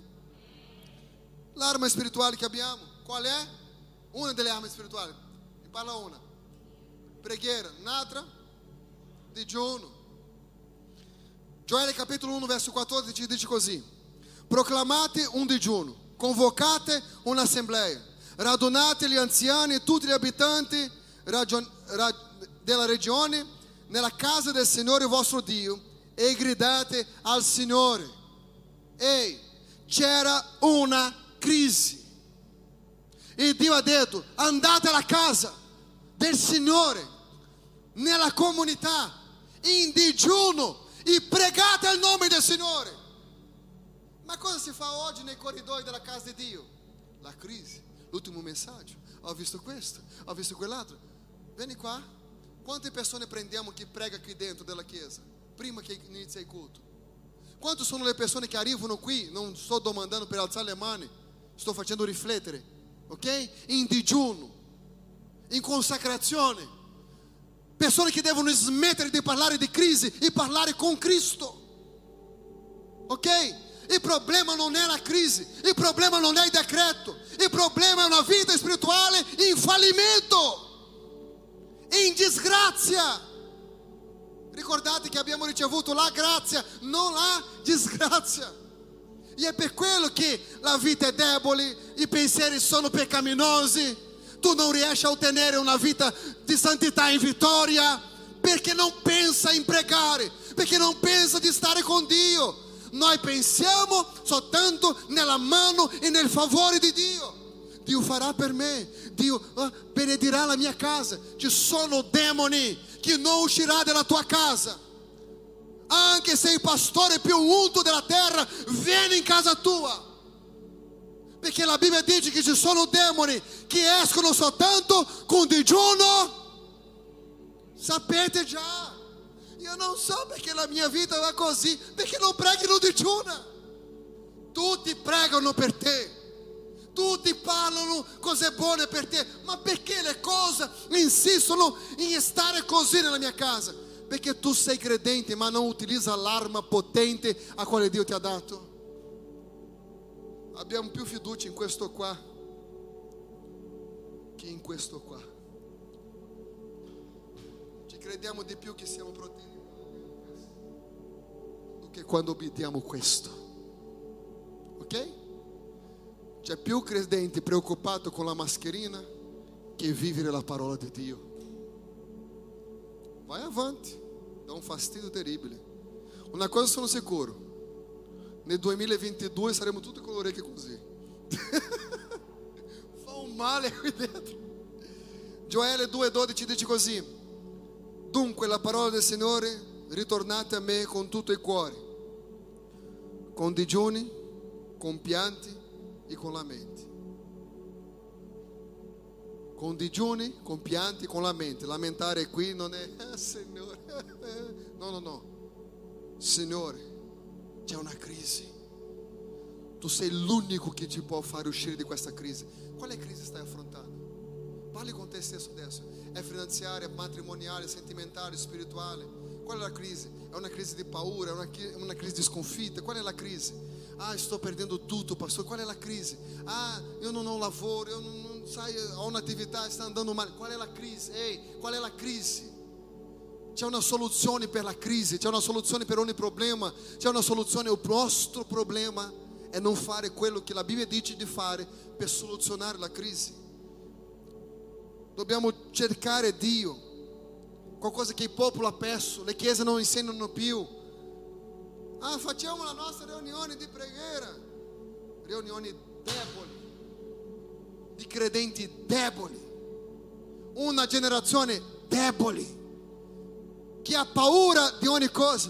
L'arma spirituale che abbiamo, qual è? Una delle armi spirituali. Mi parla una. Preghiera. Un'altra? Digiuno. Gioele capitolo uno verso quattordici dice così: proclamate un digiuno, convocate un'assemblea, radunate gli anziani e tutti gli abitanti ragion- ra- della regione nella casa del Signore vostro Dio e gridate al Signore. Ehi, c'era una crisi e Dio ha detto: andate alla casa del Signore, nella comunità, in digiuno, e pregate al nome del Signore. Ma cosa si fa oggi nei corridoi della casa di Dio? La crisi, l'ultimo messaggio, ho visto questo, ho visto quell'altro. Vieni qua. Quante persone prendiamo che prega qui dentro della chiesa prima che inizia il culto? Quanto sono le persone che arrivano qui? Non sto domandando per alzare le mani, sto facendo riflettere, ok? In digiuno, in consacrazione. Persone che devono smettere di parlare di crisi e parlare con Cristo, ok? Il problema non è la crisi, il problema non è il decreto, il problema è una vita spirituale in fallimento, in disgrazia. Ricordate che abbiamo ricevuto la grazia, non la disgrazia. E è per quello che la vita è debole, i pensieri sono peccaminosi. Tu non riesci a ottenere una vita di santità in vittoria perché non pensa in pregare, perché non pensa di stare con Dio. Noi pensiamo soltanto nella mano e nel favore di Dio. Dio farà per me, Dio oh, benedirà la mia casa. Ci sono demoni che non uscirà dalla tua casa. Anche se il pastore più unto della terra viene in casa tua. Perché la Bibbia dice che ci sono demoni che escono soltanto con digiuno. Sapete già. Io non so perché la mia vita va così, perché non pregano digiuna. Tutti pregano per te, tutti parlano cose buone per te, ma perché le cose insistono in stare così nella mia casa? Perché tu sei credente ma non utilizza l'arma potente a quale Dio ti ha dato. Abbiamo più fiducia in questo qua che in questo qua. Ci crediamo di più che siamo protetti do che quando obbediamo questo, ok? C'è più credente preoccupato con la mascherina che vivere la parola di Dio. Vai avanti, dà un fastidio terribile. Una cosa sono sicuro: nel duemilaventidue saremo tutti con le orecchie così. Fa un male qui dentro. Gioele due dodici dice così: dunque la parola del Signore, ritornate a me con tutto il cuore, con digiuni, con pianti e con lamenti. Con digiuni, con pianti, con lamenti. Lamentare qui non è eh, Signore. No, no, no. Signore, c'è una crisi. Tu sei l'unico che ti può fare uscire di questa crisi. Quale crisi stai affrontando? Parli con te stesso adesso. È finanziaria, matrimoniale, sentimentale, spirituale? Qual è la crisi? È una crisi di paura? È una, una crisi di sconfitta? Qual è la crisi? Ah, sto perdendo tutto, pastor. Qual è la crisi? Ah, io non ho lavoro, io non, non sai, ho un'attività, sta andando male. Qual è la crisi? Ehi, qual è la crisi? C'è una soluzione per la crisi, c'è una soluzione per ogni problema, c'è una soluzione. Il nostro problema è non fare quello che la Bibbia dice di fare per soluzionare la crisi. Dobbiamo cercare Dio, qualcosa che il popolo ha perso, le chiese non insegnano più. Ah, facciamo la nostra riunione di preghiera, riunioni deboli, di credenti deboli, una generazione debole, che ha paura di ogni cosa,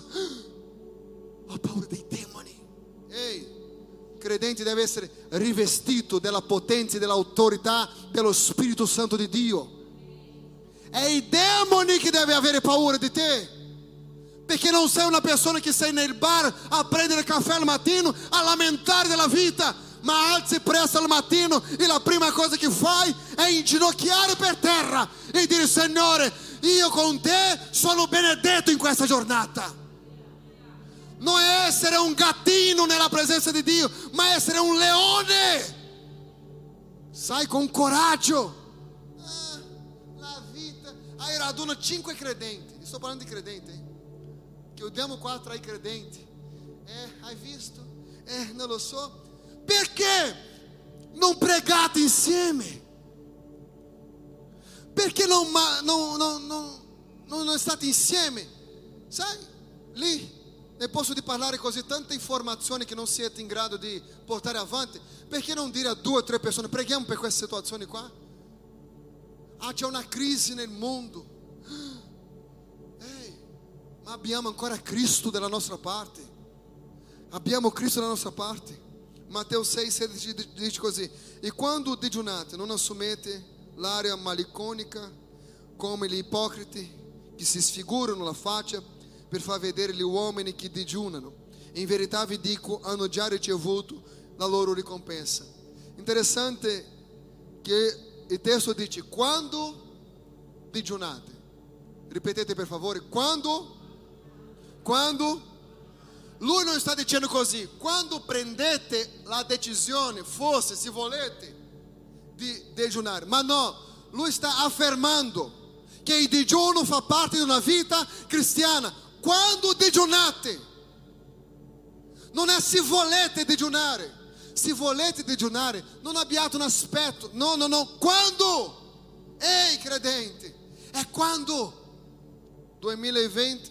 ha paura dei demoni. Ehi, il credente deve essere rivestito della potenza e dell'autorità dello Spirito Santo di Dio. È i demoni che deve avere paura di te, perché non sei una persona che sei nel bar a prendere caffè al mattino, a lamentare della vita, ma alzi presto al mattino e la prima cosa che fai è inginocchiare per terra e dire: Signore, io con te sono benedetto in questa giornata. Non è essere un gattino nella presenza di Dio, ma essere un leone. Sai, con coraggio. Ah, la vita. Hai raduno cinque credenti. Sto parlando di credenti. Chiudiamo qua tra i credenti. Eh, hai visto? Eh, non lo so. Perché non pregate insieme? Perché non, non, non, non, non state insieme? Sai, lì nel posto di parlare così tante informazioni che non siete in grado di portare avanti, perché non dire a due o tre persone: preghiamo per queste situazioni qua? Ah, c'è una crisi nel mondo. Ehi, ma abbiamo ancora Cristo dalla nostra parte. Abbiamo Cristo dalla nostra parte. Matteo sei sedici dice così: e quando digiunate non assumete l'aria maliconica, come gli ipocriti che si sfigurano la faccia per far vedere gli uomini che digiunano. In verità vi dico, hanno già ricevuto la loro ricompensa. Interessante che il testo dice: quando digiunate. Ripetete per favore, quando? Quando? Lui non sta dicendo così: quando prendete la decisione, forse se volete, di digiunare. Ma no, lui sta affermando che il digiuno fa parte di una vita cristiana. Quando digiunate, non è se volete digiunare. Se volete digiunare, non abbiate un aspetto. No, no, no. Quando? Ehi credenti, è quando? duemilaventi,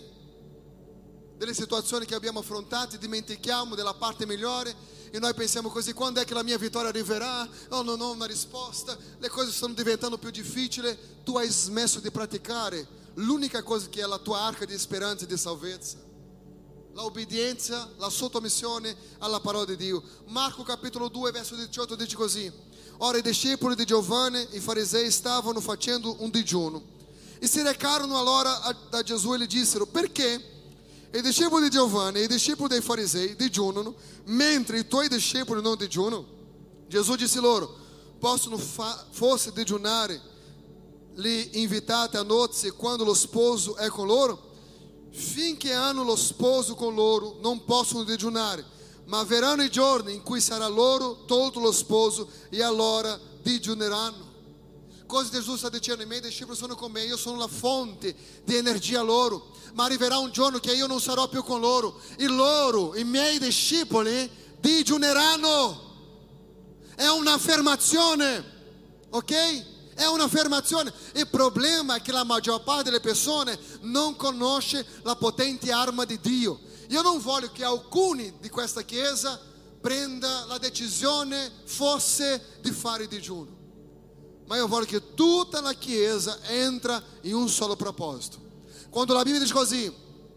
delle situazioni che abbiamo affrontato, dimentichiamo della parte migliore e noi pensiamo così: quando è che la mia vittoria arriverà? Oh, non ho una risposta, le cose stanno diventando più difficili. Tu hai smesso di praticare l'unica cosa che è la tua arca di speranza e di salvezza: l'obbedienza, la sottomissione alla parola di Dio. Marco capitolo due verso diciotto dice così: ora i discepoli di Giovanni, i farisei, stavano facendo un digiuno e si recarono allora da Gesù e gli dissero: perché i discepoli di Giovanni e i discepoli dei farisei digiunano, mentre i tuoi discepoli non digiunano? Gesù disse loro: possono fa- forse digiunare gli invitati a nozze quando lo sposo è con loro? Finché hanno lo sposo con loro non possono digiunare, ma verranno i giorni in cui sarà loro tolto lo sposo e allora digiuneranno. Cosa Gesù sta dicendo? I miei discepoli sono con me, io sono la fonte di energia loro, ma arriverà un giorno che io non sarò più con loro e loro, i miei discepoli, digiuneranno. È un'affermazione, ok? È un'affermazione. Il problema è che la maggior parte delle persone non conosce la potente arma di Dio. Io non voglio che alcuni di questa chiesa prenda la decisione forse di fare digiuno, ma io voglio che tutta la chiesa entra in un solo proposito. Quando la Bibbia dice così,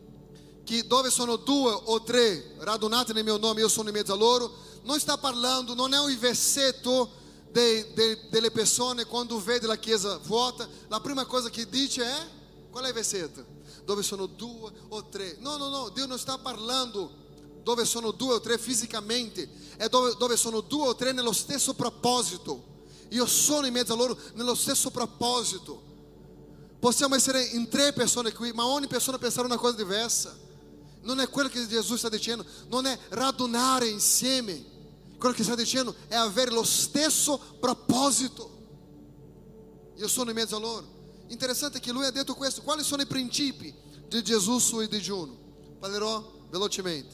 che dove sono due o tre radunati nel mio nome io sono in mezzo a loro, non sta parlando, non è un versetto de, de, delle persone quando vede la chiesa vuota, la prima cosa che dice è: qual è il versetto? Dove sono due o tre. No, no, no, Dio non sta parlando dove sono due o tre fisicamente, è dove, dove sono due o tre nello stesso proposito. Io sono in mezzo a loro nello stesso proposito. Possiamo essere in tre persone qui, ma ogni persona pensare una cosa diversa. Non è quello che Gesù sta dicendo, non è radunare insieme. Quello che sta dicendo è avere lo stesso proposito. Io sono in mezzo a loro. Interessante che lui ha detto questo. Quali sono i principi di Gesù sul digiuno? Parlerò velocemente.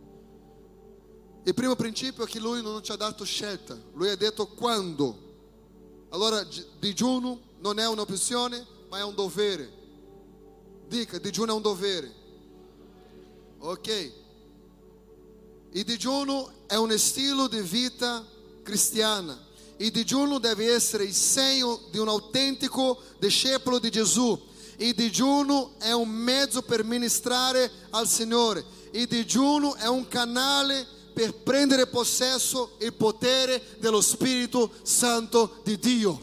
Il primo principio è che lui non ci ha dato scelta. Lui ha detto quando. Allora digiuno non è un'opzione, ma è un dovere. Dica, digiuno è un dovere. Ok. Il digiuno è un stile di vita cristiana. Il digiuno deve essere il segno di un autentico discepolo di Gesù. Il digiuno è un mezzo per ministrare al Signore. Il digiuno è un canale per prendere possesso il potere dello Spirito Santo di Dio.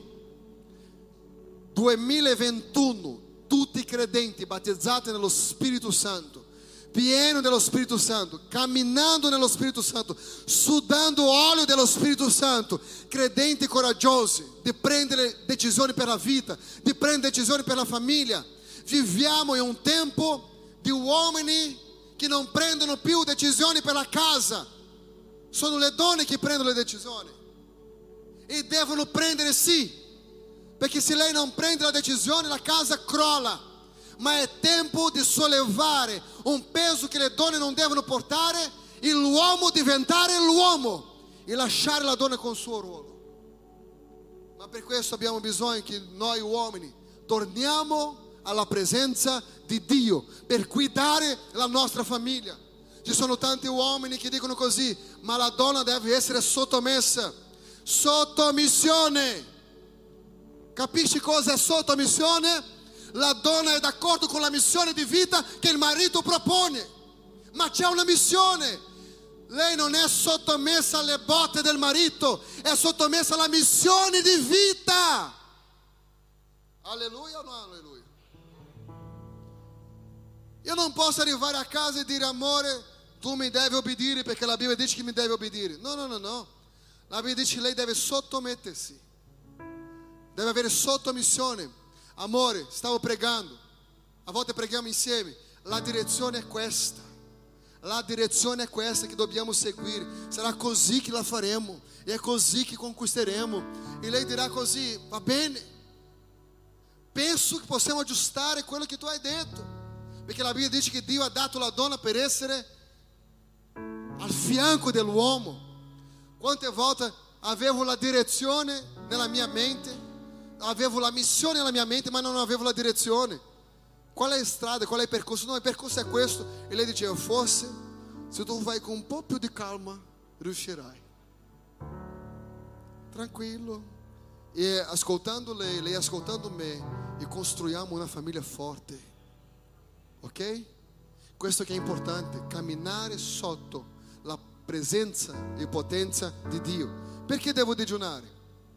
duemilaventuno, tutti i credenti battezzati nello Spirito Santo, pieno dello Spirito Santo, camminando nello Spirito Santo, sudando olio dello Spirito Santo, credenti coraggiosi di prendere decisioni per la vita, di prendere decisioni per la famiglia. Viviamo in un tempo di uomini che non prendono più decisioni per la casa, sono le donne che prendono le decisioni e devono prendere sì, perché se lei non prende la decisione la casa crolla. Ma è tempo di sollevare un peso che le donne non devono portare e l'uomo diventare l'uomo e lasciare la donna con il suo ruolo. Ma per questo abbiamo bisogno che noi uomini torniamo alla presenza di Dio per guidare la nostra famiglia. Ci sono tanti uomini che dicono così: ma la donna deve essere sottomessa. Sottomissione. Capisci cosa è sottomissione? La donna è d'accordo con la missione di vita che il marito propone, ma c'è una missione. Lei non è sottomessa alle botte del marito, è sottomessa alla missione di vita. Alleluia o non alleluia? Io non posso arrivare a casa e dire: amore, tu mi devi obbedire perché la Bibbia dice che mi deve obbedire. No, no, no, no. La Bibbia dice che lei deve sottomettersi, deve avere sottomissione. Amore, stavo pregando, a volte preghiamo insieme, la direzione è questa, la direzione è questa che dobbiamo seguire, sarà così che la faremo, e è così che conquisteremo. E lei dirà così: va bene, penso che possiamo aggiustare quello che tu hai detto, perché la Bibbia dice che Dio ha dato la donna per essere al fianco dell'uomo. Quante volte avevo la direzione nella mia mente, avevo la missione nella mia mente, ma non avevo la direzione. Qual è la strada, qual è il percorso? No, il percorso è questo. E lei diceva: forse se tu vai con un po' più di calma riuscirai. Tranquillo. E ascoltando lei, lei ascoltando me, e costruiamo una famiglia forte. Ok? Questo che è importante, camminare sotto la presenza e potenza di Dio. Perché devo digiunare?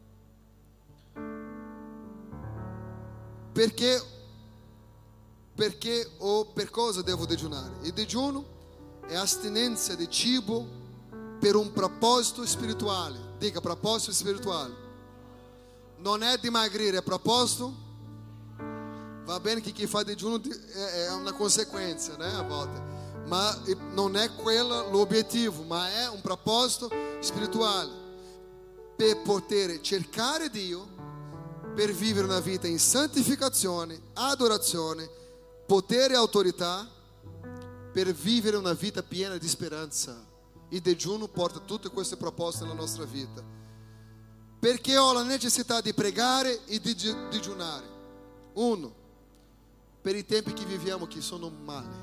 Perché, perché o per cosa devo digiunare? Il digiuno è astinenza di cibo per un proposito spirituale. Dica: proposito spirituale. Non è dimagrire, è proposito. Va bene che chi fa digiuno è una conseguenza, né, a volte, ma non è quello l'obiettivo, ma è un proposito spirituale per poter cercare Dio, per vivere una vita in santificazione, adorazione, potere e autorità, per vivere una vita piena di speranza. Il digiuno porta tutte queste proposte nella nostra vita. Perché ho la necessità di pregare e di digiunare? Uno, per i tempi che viviamo che sono male.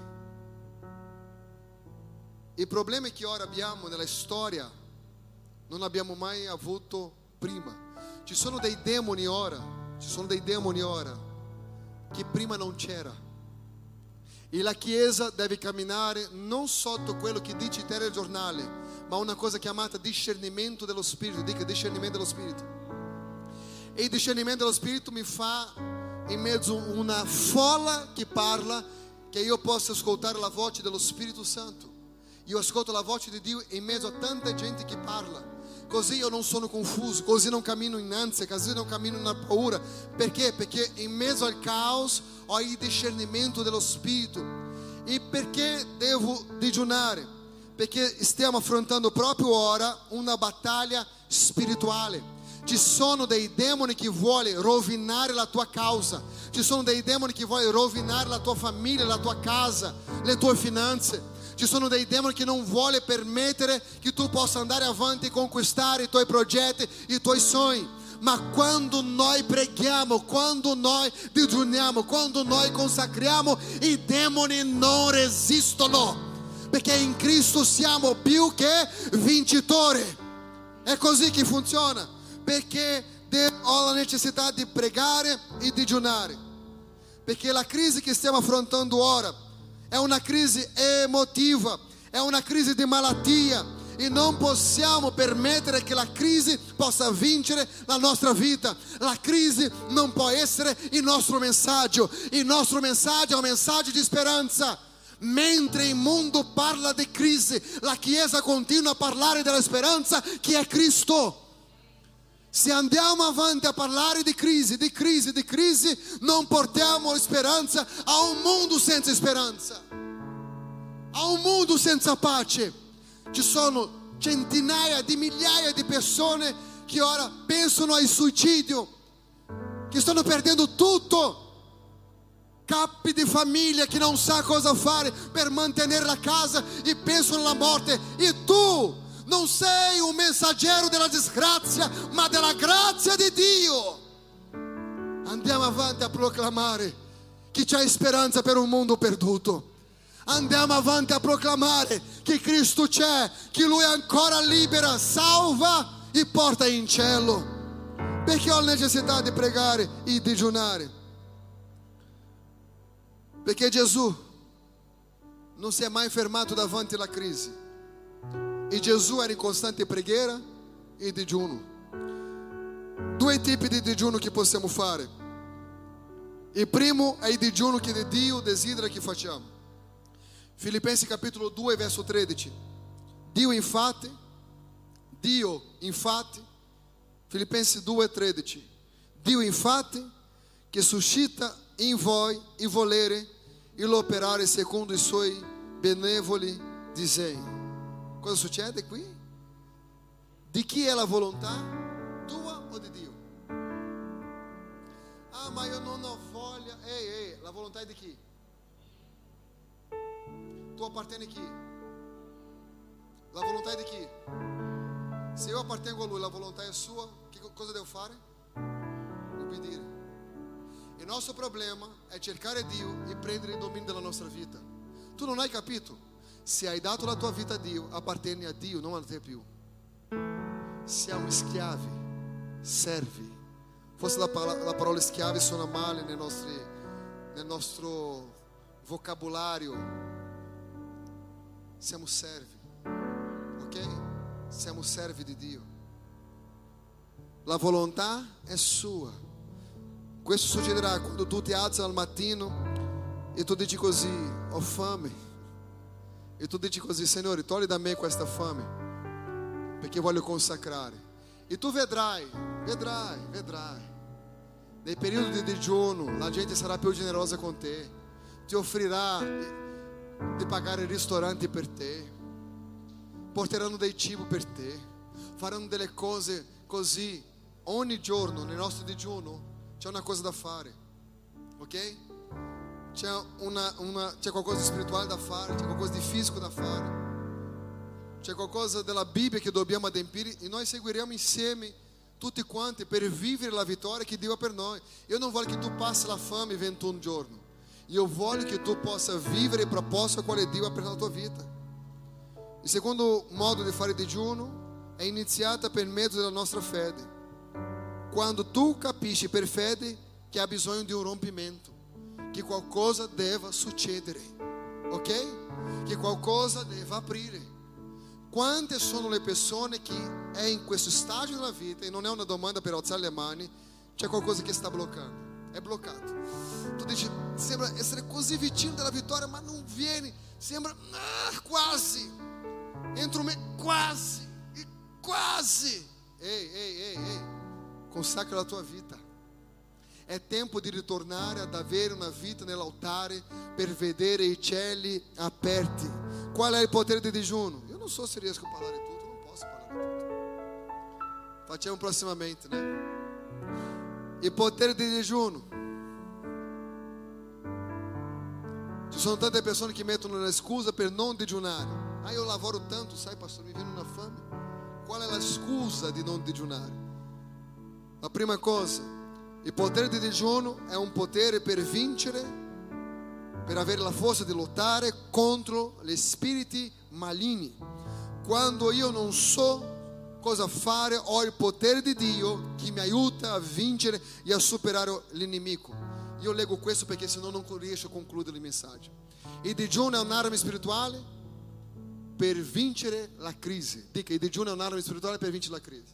Il problema è che ora abbiamo nella storia, non abbiamo mai avuto prima. Ci sono dei demoni ora, ci sono dei demoni ora che prima non c'era. E la Chiesa deve camminare non sotto quello che dice il telegiornale, ma una cosa chiamata discernimento dello Spirito. Dica: discernimento dello Spirito. E il discernimento dello Spirito mi fa in mezzo a una folla che parla, che io possa ascoltare la voce dello Spirito Santo. Io ascolto la voce di Dio in mezzo a tanta gente che parla. Così io non sono confuso, così non cammino in ansia, così non cammino in paura. Perché? Perché in mezzo al caos ho il discernimento dello Spirito. E perché devo digiunare? Perché stiamo affrontando proprio ora una battaglia spirituale. Ci sono dei demoni che vogliono rovinare la tua causa. Ci sono dei demoni che vogliono rovinare la tua famiglia, la tua casa, le tue finanze. Ci sono dei demoni che non vogliono permettere che tu possa andare avanti e conquistare i tuoi progetti, i tuoi sogni. Ma quando noi preghiamo, quando noi digiuniamo, quando noi consacriamo, i demoni non resistono. Perché in Cristo siamo più che vincitori. È così che funziona. Perché ho la necessità di pregare e digiunare. Perché la crisi che stiamo affrontando ora è una crisi emotiva, è una crisi di malattia, e non possiamo permettere che la crisi possa vincere la nostra vita. La crisi non può essere il nostro messaggio. Il nostro messaggio è un messaggio di speranza. Mentre il mondo parla di crisi, la Chiesa continua a parlare della speranza che è Cristo. Se andiamo avanti a parlare di crisi, di crisi, di crisi, non portiamo speranza a un mondo senza speranza, a un mondo senza pace. Ci sono centinaia di migliaia di persone che ora pensano al suicidio, che stanno perdendo tutto. Capi di famiglia che non sa cosa fare per mantenere la casa e pensano alla morte. E tu non sei un messaggero della disgrazia, ma della grazia di Dio. Andiamo avanti a proclamare che c'è speranza per un mondo perduto. Andiamo avanti a proclamare che Cristo c'è, che Lui ancora libera, salva e porta in cielo. Perché ho la necessità di pregare e digiunare? Perché Gesù non si è mai fermato davanti alla crisi. E Gesù era in costante preghiera e digiuno. Due tipi di digiuno che possiamo fare. Il primo è il digiuno che Dio desidera che facciamo. Filipensi capitolo due, verso tredici. Dio infatti, Dio infatti, Filipensi due, tredici. Dio infatti che suscita in voi il volere e l'operare secondo i suoi benevoli disegni. Cosa succede qui? Di chi è la volontà? Tua o di Dio? Ah, ma io non ho voglia. Ehi, ehi, la volontà è di chi? Tu appartieni a chi? La volontà è di chi? Se io appartengo a Lui, la volontà è sua, che cosa devo fare? Obbedire. Il nostro problema è cercare Dio e prendere il dominio della nostra vita. Tu non hai capito? Se hai dato la tua vita a Dio, appartieni a Dio, non a te più. Siamo schiavi, servi. Forse la parola, la parola schiavi suona male nei nostri, nel nostro vocabolario. Siamo servi, ok? Siamo servi di Dio. La volontà è sua. Questo succederà quando tu ti alzi al mattino e tu dici così: ho fame. E tu dici così: Signore, togli da me questa fame, perché voglio consacrare. E tu vedrai, vedrai, vedrai. Nei periodi di digiuno la gente sarà più generosa con te. Ti offrirà di pagare ristoranti per te, porteranno dei cibi per te, faranno delle cose così. Ogni giorno nel nostro digiuno c'è una cosa da fare, ok? C'è, una, una, c'è qualcosa di spirituale da fare, c'è qualcosa di fisico da fare, c'è qualcosa della Bibbia che dobbiamo adempiere e noi seguiremo insieme tutti quanti per vivere la vittoria che Dio ha per noi. Io non voglio che tu passi la fame ventuno giorni. Io voglio che tu possa vivere il proposito quale Dio ha per la tua vita. Il secondo modo di fare digiuno è iniziata per mezzo della nostra fede. Quando tu capisci per fede che ha bisogno di un rompimento, che qualcosa deve succedere, ok? Che qualcosa deve aprire. Quante sono le persone che è in questo stagio della vita e non è una domanda per alzare le mani, c'è qualcosa che sta bloccando, è bloccato. Tu dici, sembra essere così vicino della vittoria, ma non vieni, sembra ah, quasi, entro me, quasi, quasi. Ehi, ehi, ehi, ehi, consacra la tua vita. È tempo di ritornare ad avere una vita nell'altare per vedere i cieli aperti. Qual è il potere di digiuno? Io non so se riesco a parlare tutto, non posso parlare tutto. Facciamo prossimamente, né? Il potere di digiuno. Ci sono tante persone che mettono una scusa per non digiunare. Ah, io lavoro tanto, sai pastor, mi viene una fame. Qual è la scusa di non digiunare? La prima cosa, il potere di digiuno è un potere per vincere, per avere la forza di lottare contro gli spiriti maligni. Quando io non so cosa fare, ho il potere di Dio che mi aiuta a vincere e a superare l'inimico. Io leggo questo perché sennò non riesco a concludere il messaggio. Il digiuno è un'arma spirituale per vincere la crisi. Dica, il digiuno è un'arma spirituale per vincere la crisi.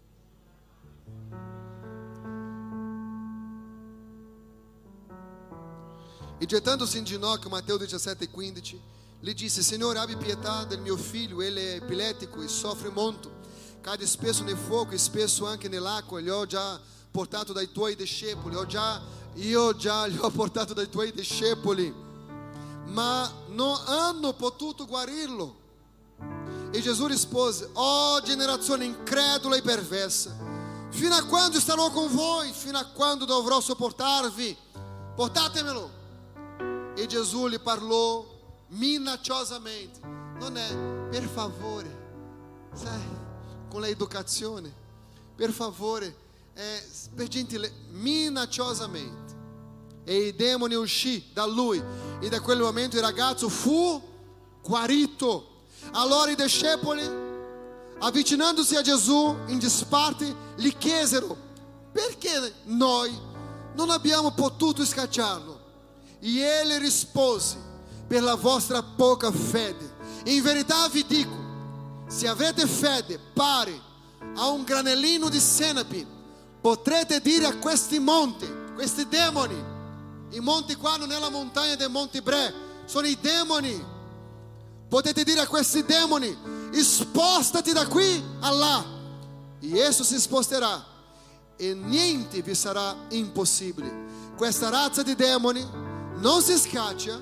E gettandosi in ginocchio, Matteo diciassette quindici, gli disse: Signore, abbi pietà del mio figlio, ele è epiletico e soffre molto, cade spesso nel fuoco e spesso anche nell'acqua. Gli ho già portato dai tuoi discepoli, ho già, io già li ho portato dai tuoi discepoli, ma non hanno potuto guarirlo. E Gesù rispose: oh generazione incredula e perversa, fino a quando starò con voi? Fino a quando dovrò sopportarvi? Portatemelo. E Gesù gli parlò minacciosamente. Non è per favore, sai, con l'educazione, per favore, è per gentilezza, minacciosamente. E i demoni uscì da lui e da quel momento il ragazzo fu guarito. Allora i discepoli, avvicinandosi a Gesù in disparte, gli chiesero: perché noi non abbiamo potuto scacciarlo? E ele rispose: per la vostra poca fede. In verità vi dico, se avete fede pari a un granellino di senape, potrete dire a questi monti, questi demoni: I monti qua non è la montagna dei Monti Bre, sono i demoni. Potete dire a questi demoni: spostati da qui a là, e esso si sposterà e niente vi sarà impossibile. Questa razza di demoni non si scaccia,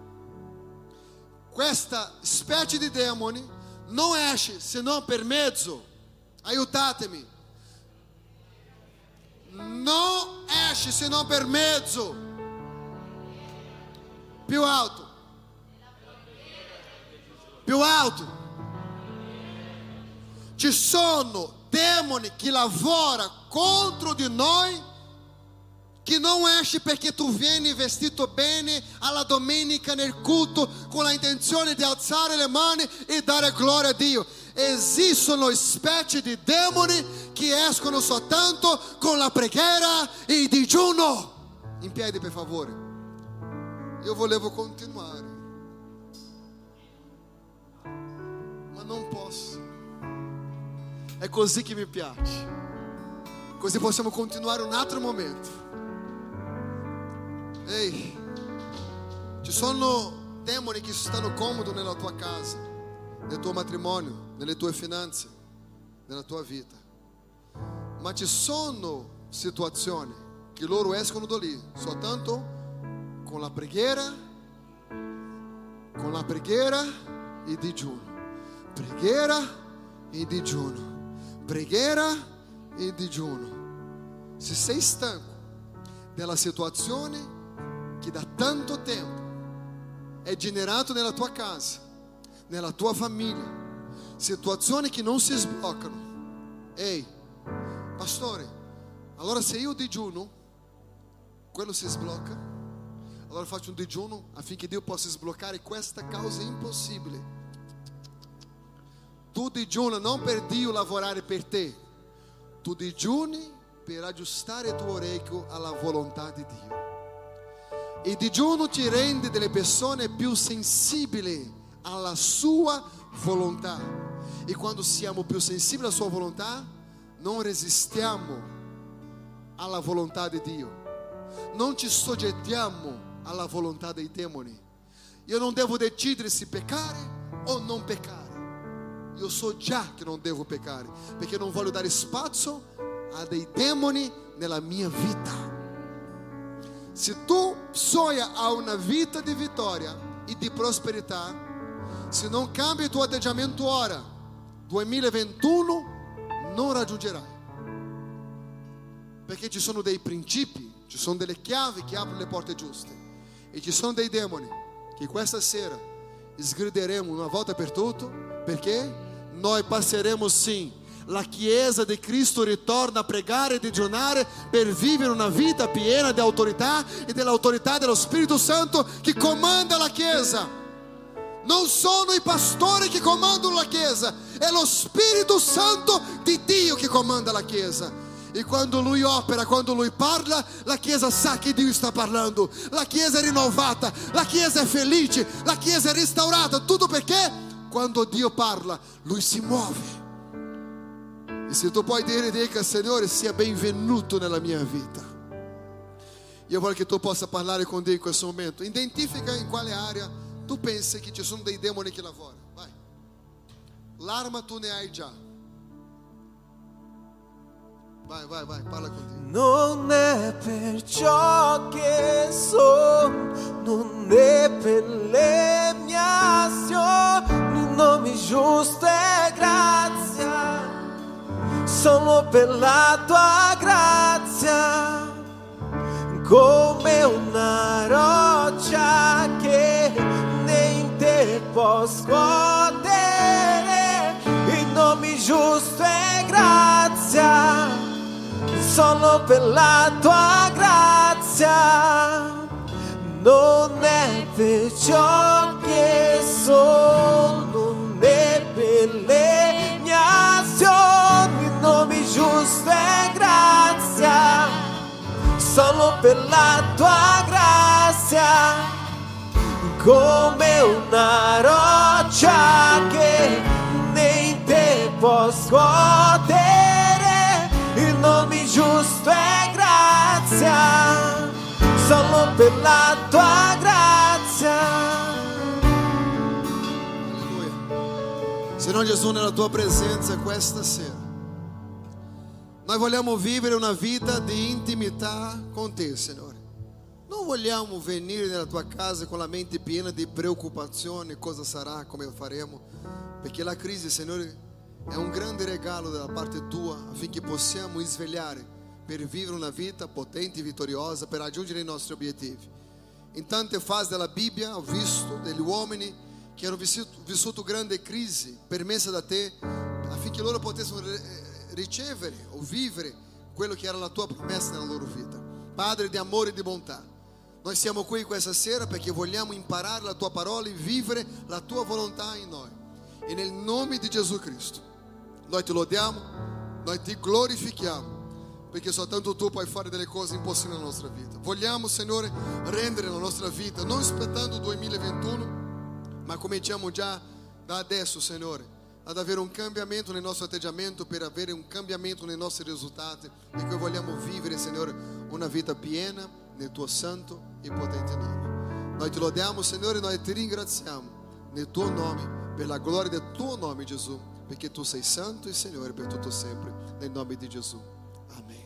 questa specie di demoni non esce se non per mezzo, aiutatemi, non esce se non per mezzo, più alto, più alto. Ci sono demoni che lavorano contro di noi, che non esce perché tu vieni vestito bene alla domenica nel culto con la intenzione di alzare le mani e dare gloria a Dio. Esistono specie di demoni che escono soltanto con la preghiera e il digiuno. In piedi, per favore. Io volevo continuare, ma non posso. È così che mi piace. Così possiamo continuare un altro momento. Ehi, ci sono demoni che stanno comodi nella tua casa, nel tuo matrimonio, nelle tue finanze, nella tua vita. Ma ci sono situazioni che loro escono da lì soltanto con la preghiera, con la preghiera e digiuno. Preghiera e digiuno. Preghiera e digiuno. Se sei stanco della situazione che da tanto tempo è generato nella tua casa, nella tua famiglia, situazioni che non si sbloccano. Ehi, pastore, allora se io digiuno, quello si sblocca? Allora faccio un digiuno affinché Dio possa sbloccare questa causa impossibile. Tu digiuna non per Dio lavorare per te, tu digiuni per aggiustare il tuo orecchio alla volontà di Dio. Il digiuno ti rende delle persone più sensibili alla sua volontà, e quando siamo più sensibili alla sua volontà non resistiamo alla volontà di Dio, non ci soggettiamo alla volontà dei demoni. Io non devo decidere se peccare o non peccare. Io so già che non devo peccare, perché non voglio dare spazio a dei demoni nella mia vita. Se tu sogna a una vita di vittoria e di prosperità, se non cambi il tuo atteggiamento ora, duemilaventuno non raggiungerai. Perché ci sono dei principi, ci sono delle chiavi che aprono le porte giuste, e ci sono dei demoni che questa sera sgrideremo una volta per tutto, perché noi passeremo sim. La Chiesa di Cristo ritorna a pregare e digiunare per vivere una vita piena di autorità e dell'autorità dello Spirito Santo che comanda la Chiesa. Non sono i pastori che comandano la Chiesa, è lo Spirito Santo di Dio che comanda la Chiesa. E quando Lui opera, quando Lui parla, la Chiesa sa che Dio sta parlando. La Chiesa è rinnovata, la Chiesa è felice, la Chiesa è restaurata. Tutto perché quando Dio parla, Lui si muove. E se tu puoi dire, dica: Signore, sia benvenuto nella mia vita. Io voglio che tu possa parlare con Dio in questo momento. Identifica in quale area tu pensi che ci sono dei demoni che lavorano. Vai. L'arma tu ne hai già. Vai, vai, vai, parla con Dio. Non è per ciò che sono, non è per le mie azioni, non mi giusto è grazia, solo per la tua grazia, come una roccia che nem te può scuotere. Il nome giusto è grazia, solo per la tua grazia. Non è per ciò che sono, non è per le mie azioni. Il nome giusto è grazia, solo per la tua grazia, come una roccia che nem te può scuotere. Il nome giusto è grazia, solo per per la tua grazia. Signore Gesù, nella tua presenza questa sera noi vogliamo vivere una vita di intimità con te, Signore. Non vogliamo venire nella tua casa con la mente piena di preoccupazioni, cosa sarà, come faremo, perché la crisi, Signore, è un grande regalo da parte tua affinché possiamo svegliare per vivere una vita potente e vittoriosa per raggiungere i nostri obiettivi. In tante fasi della Bibbia ho visto degli uomini che hanno vissuto, vissuto grande crisi permessa da te affinché loro potessero ricevere o vivere quello che era la tua promessa nella loro vita. Padre di amore e di bontà, noi siamo qui questa sera perché vogliamo imparare la tua parola e vivere la tua volontà in noi. E nel nome di Gesù Cristo noi ti lodiamo, noi ti glorifichiamo, perché soltanto tu puoi fare delle cose impossibili nella nostra vita. Vogliamo, Signore, rendere la nostra vita non aspettando duemilaventuno, ma cominciamo già da adesso, Signore, ad avere un cambiamento nel nostro atteggiamento, per avere un cambiamento nei nostri risultati, e che vogliamo vivere, Signore, una vita piena nel tuo santo e potente nome. Noi ti lodiamo, Signore, noi ti ringraziamo nel tuo nome, per la gloria del tuo nome, Gesù, perché tu sei santo e Signore per tutto sempre, nel nome di Gesù. Amém.